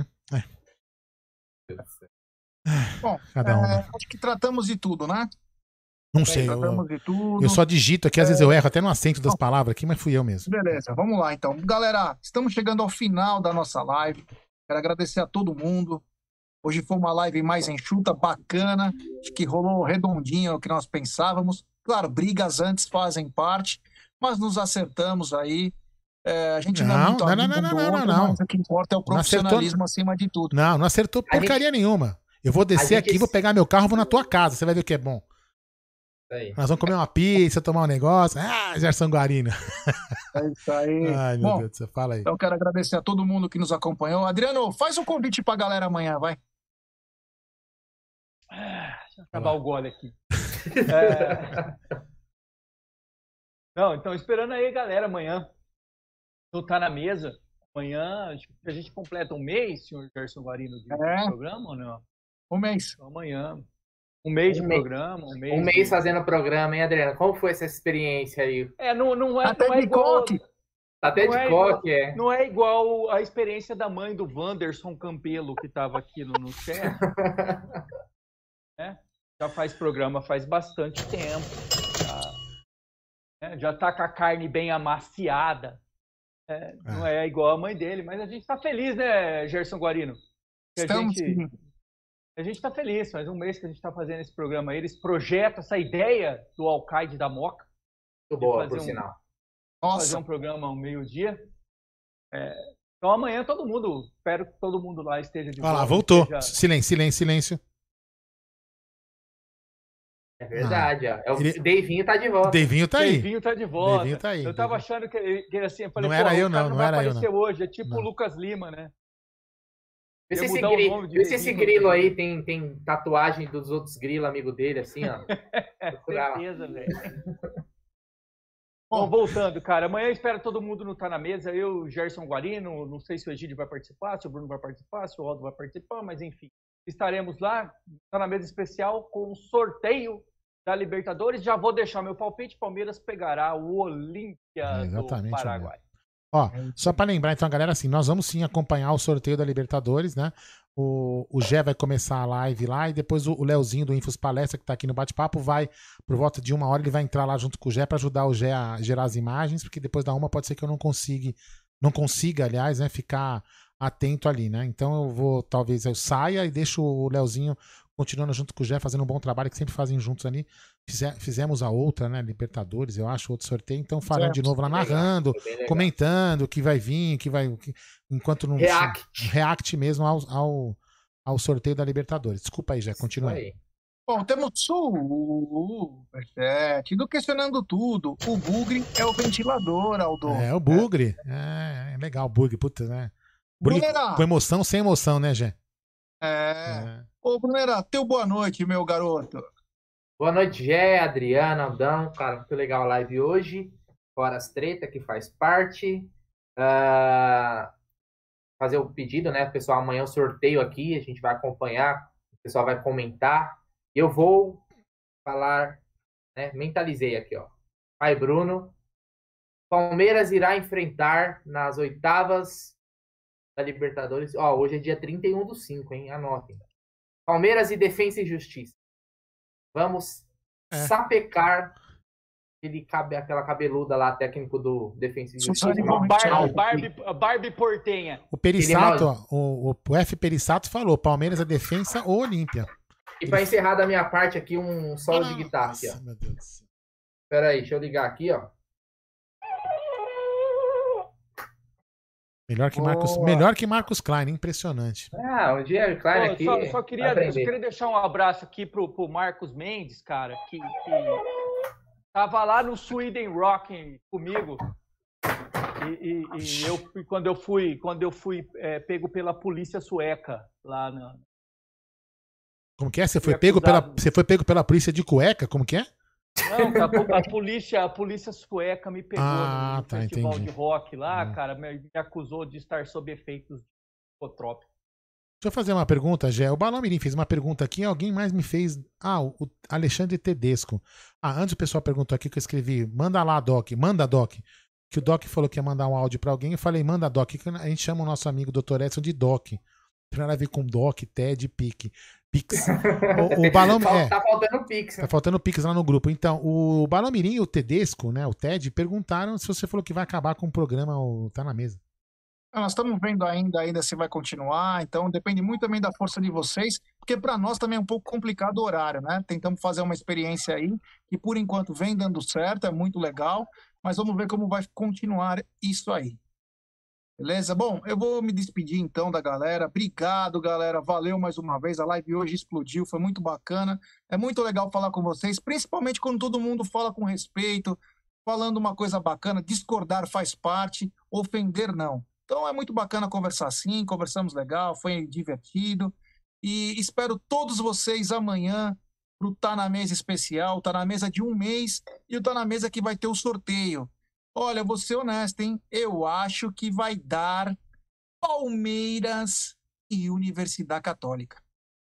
Speaker 5: Bom,
Speaker 3: Cada um, né?
Speaker 5: acho que tratamos de tudo, né?
Speaker 3: Não sei.
Speaker 5: Tratamos de tudo.
Speaker 3: Eu só digito aqui, às vezes eu erro até no acento das palavras aqui, mas fui eu mesmo.
Speaker 5: Beleza, vamos lá então. Galera, estamos chegando ao final da nossa live. Quero agradecer a todo mundo. Hoje foi uma live mais enxuta, bacana. Acho que rolou redondinho o que nós pensávamos. Claro, brigas antes fazem parte, mas nos acertamos aí. A gente não é muito amigo um do outro, mas o que importa é o profissionalismo acima de tudo.
Speaker 3: Não acertou porcaria nenhuma. Eu vou descer aqui, vou pegar meu carro, vou na tua casa, você vai ver o que é bom.
Speaker 4: Aí.
Speaker 3: Nós vamos comer uma pizza, tomar um negócio. Gerson Guarino.
Speaker 5: É isso aí.
Speaker 3: Ai, meu
Speaker 5: Bom,
Speaker 3: Deus do céu, fala aí.
Speaker 5: Então, quero agradecer a todo mundo que nos acompanhou. Adriano, faz um convite pra galera amanhã, vai.
Speaker 6: Deixa eu acabar o gole aqui. Não, então, esperando aí, galera, amanhã. Não tá na mesa. Amanhã a gente completa um mês, senhor Gerson Guarino, de programa ou não?
Speaker 5: Um mês.
Speaker 6: Então, amanhã. Um mês de programa.
Speaker 4: Um mês fazendo programa, hein, Adriano? Como foi essa experiência aí?
Speaker 6: Não é
Speaker 5: Até de
Speaker 6: igual.
Speaker 5: coque.
Speaker 4: Até de coque, é.
Speaker 6: Não é igual a experiência da mãe do Wanderson Campelo, que estava aqui no chat. Já faz programa faz bastante tempo. Já tá com a carne bem amaciada. Não é igual a mãe dele, mas a gente tá feliz, né, Gerson Guarino? A gente tá feliz, faz um mês que a gente tá fazendo esse programa aí, esse projeto, essa ideia do Alcaide da Moca.
Speaker 4: Muito boa, por sinal.
Speaker 6: Fazer um programa ao meio-dia. Então amanhã espero que todo mundo lá esteja de volta.
Speaker 3: Olha lá, voltou. Silêncio.
Speaker 4: É verdade, ó. O
Speaker 3: ele-
Speaker 4: Deivinho tá de volta.
Speaker 3: Devinho tá aí.
Speaker 6: Devinho tá de volta.
Speaker 3: Devinho tá aí.
Speaker 6: Eu tava achando que assim, eu falei,
Speaker 3: Não era
Speaker 6: pô,
Speaker 3: eu,
Speaker 6: o cara
Speaker 3: não, não
Speaker 6: vai
Speaker 3: era eu,
Speaker 6: aparecer
Speaker 3: não.
Speaker 6: hoje, é tipo
Speaker 3: Não.
Speaker 6: o Lucas Lima, né?
Speaker 4: Vê se
Speaker 6: Ia
Speaker 4: esse,
Speaker 6: mudar o nome de
Speaker 4: vê se esse
Speaker 6: Devinho.
Speaker 4: grilo aí tem tatuagem dos outros grilos, amigo dele, assim, ó. Procurar lá.
Speaker 6: Certeza, velho. Bom, voltando, cara. Amanhã eu espero todo mundo no Tá Na Mesa. Eu, o Gerson Guarino, não sei se o Egídio vai participar, se o Bruno vai participar, se o Aldo vai participar, mas enfim. Estaremos lá, Tá Na Mesa especial, com o sorteio da Libertadores. Já vou deixar meu palpite. Palmeiras pegará o Olímpia do
Speaker 3: Exatamente,
Speaker 6: Paraguai.
Speaker 3: Ó, só pra lembrar, então, galera, assim, nós vamos sim acompanhar o sorteio da Libertadores, né? O Gé vai começar a live lá e depois o Leozinho do Infos Palestra, que tá aqui no bate-papo, vai, por volta de 1 hora, ele vai entrar lá junto com o Gé pra ajudar o Gé a gerar as imagens, porque depois da 1 pode ser que eu não consiga, aliás, né, ficar atento ali, né? Então eu vou, talvez eu saia e deixo o Leozinho continuando junto com o Gé, fazendo um bom trabalho, que sempre fazem juntos ali. Fizemos a outra, né? Libertadores, eu acho, outro sorteio. Então, farão de novo lá, narrando, comentando o que vai vir, enquanto não. React mesmo ao sorteio da Libertadores. Desculpa aí, Gé, continua aí.
Speaker 5: Bom, temos superchat do Questionando Tudo. O Bugre é o ventilador, Aldo.
Speaker 3: É, o Bugre. É legal, o Bugre, puta, né? Bugre
Speaker 5: Brunera.
Speaker 3: com emoção, sem emoção, né, Gé?
Speaker 5: Ô, Brunera, teu boa noite, meu garoto.
Speaker 4: Boa noite, Gé, Adriana, Aldão. Cara, muito legal a live hoje. Fora as treta, que faz parte. Fazer o pedido, né, pessoal? Amanhã o sorteio aqui, a gente vai acompanhar. O pessoal vai comentar. Eu vou falar, né? Mentalizei aqui, ó. Pai Bruno. Palmeiras irá enfrentar nas oitavas da Libertadores. Ó, hoje é dia 31/5, hein? Anotem. Palmeiras e Defensa e Justiça. Vamos sapecar aquela cabeluda lá, técnico do Defensa e Justiça.
Speaker 6: Barbie Portenha.
Speaker 3: O Perissato, o F. Perissato falou: Palmeiras é defensa ou Olímpia.
Speaker 4: E pra encerrar da minha parte aqui, um solo de guitarra aqui, ó.
Speaker 3: Meu Deus do céu.
Speaker 4: Pera aí, deixa eu ligar aqui, ó.
Speaker 3: Melhor que Marcos Klein, impressionante.
Speaker 4: Um dia Klein aqui.
Speaker 6: Só queria deixar um abraço aqui pro Marcos Mendes, cara, que tava lá no Sweden Rock comigo. E quando eu fui pego pela polícia sueca lá na.
Speaker 3: Como que é? Você foi pego pela polícia de cueca? Como que é?
Speaker 6: Não, a polícia sueca me pegou no festival
Speaker 3: entendi.
Speaker 6: de rock lá, cara, me acusou de estar sob efeitos psicotrópicos.
Speaker 3: Deixa eu fazer uma pergunta, Gé. O Balão Mirim fez uma pergunta aqui, alguém mais me fez. O Alexandre Tedesco. Antes o pessoal perguntou aqui que eu escrevi, manda lá, Doc, manda, Doc. Que o Doc falou que ia mandar um áudio pra alguém, eu falei, manda, Doc, que a gente chama o nosso amigo Dr. Edson de Doc. Tem nada a ver com Doc, TED, Pix. O Balão
Speaker 4: Tá faltando Pix.
Speaker 3: Tá faltando Pix lá no grupo. Então, o Balão Mirim e o Tedesco, né, o TED, perguntaram se você falou que vai acabar com o programa Tá Na Mesa.
Speaker 5: Nós estamos vendo ainda se vai continuar, então depende muito também da força de vocês, porque para nós também é um pouco complicado o horário, né? Tentamos fazer uma experiência aí, que por enquanto vem dando certo, é muito legal, mas vamos ver como vai continuar isso aí. Beleza? Bom, eu vou me despedir então da galera. Obrigado, galera. Valeu mais uma vez. A live hoje explodiu, foi muito bacana. É muito legal falar com vocês, principalmente quando todo mundo fala com respeito, falando uma coisa bacana. Discordar faz parte, ofender não. Então é muito bacana conversar assim, conversamos legal, foi divertido. E espero todos vocês amanhã pro Tá Na Mesa especial, Tá Na Mesa de 1 mês e o Tá Na Mesa que vai ter o sorteio. Olha, vou ser honesto, hein? Eu acho que vai dar Palmeiras e Universidade Católica.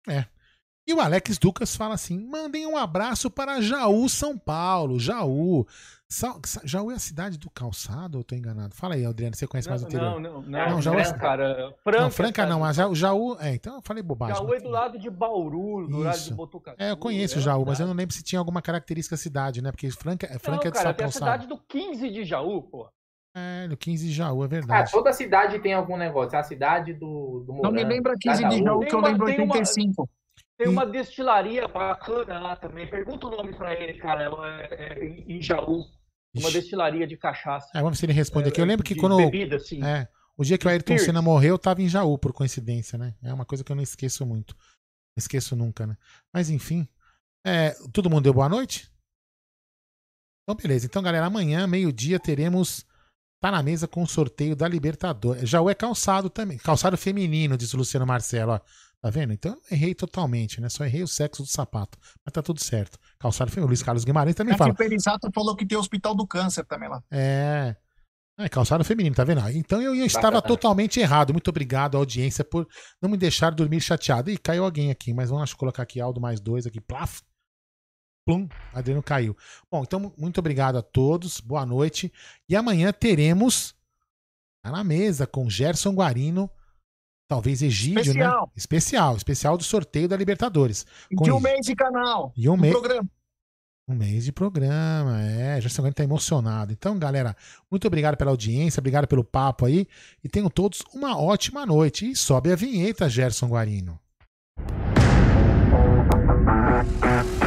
Speaker 3: E o Alex Ducas fala assim: mandem um abraço para Jaú, São Paulo. Jaú. Jaú é a cidade do calçado, ou eu tô enganado? Fala aí, Adriano, você conhece mais o interior?
Speaker 6: Não,
Speaker 3: Jaú é...
Speaker 6: cara.
Speaker 3: Franca não, mas Jaú... então eu falei bobagem.
Speaker 6: Jaú é do lado de Bauru, do lado de Botucatu.
Speaker 3: Eu conheço Jaú, mas eu não lembro se tinha alguma característica da cidade, né? Porque Franca é de
Speaker 6: cara,
Speaker 3: São
Speaker 6: tem a cidade do 15 de Jaú, pô.
Speaker 3: No 15 de Jaú, é verdade.
Speaker 4: Toda cidade tem algum negócio. É a cidade do Morango.
Speaker 5: Não me lembra 15 de Jaú, que eu lembro 85.
Speaker 6: Tem uma destilaria bacana lá também. Pergunta o nome pra ele, cara. Em Jaú. Uma destilaria de cachaça.
Speaker 3: Vamos ver se ele responde aqui. Eu lembro que quando.
Speaker 6: Bebida, assim.
Speaker 3: O dia que o Ayrton Senna morreu, eu tava em Jaú, por coincidência, né? É uma coisa que eu não esqueço muito. Não esqueço nunca, né? Mas enfim. Todo mundo deu boa noite? Então, beleza. Então, galera, amanhã, meio-dia, teremos Tá na Mesa com o sorteio da Libertadores. Já é calçado também. Calçado feminino, diz o Luciano Marcelo. Ó. Tá vendo? Então, eu errei totalmente, né? Só errei o sexo do sapato. Mas tá tudo certo. Calçado feminino. O Luiz Carlos Guimarães também fala.
Speaker 5: O Perisato falou que tem o Hospital do Câncer também lá.
Speaker 3: Calçado feminino, tá vendo? Então eu estava totalmente errado. Muito obrigado à audiência por não me deixar dormir chateado. Ih, caiu alguém aqui, mas vamos colocar aqui Aldo mais 2 aqui. Plaf. Plum, Adriano caiu. Bom, então muito obrigado a todos. Boa noite. E amanhã teremos Tá na Mesa com Gerson Guarino, talvez Egídio,
Speaker 5: especial.
Speaker 3: Né? Especial do sorteio da Libertadores.
Speaker 5: De um mês de canal.
Speaker 3: E programa. Um mês de programa, Gerson Guarino tá emocionado. Então, galera, muito obrigado pela audiência, obrigado pelo papo aí. E tenham todos uma ótima noite. E sobe a vinheta, Gerson Guarino.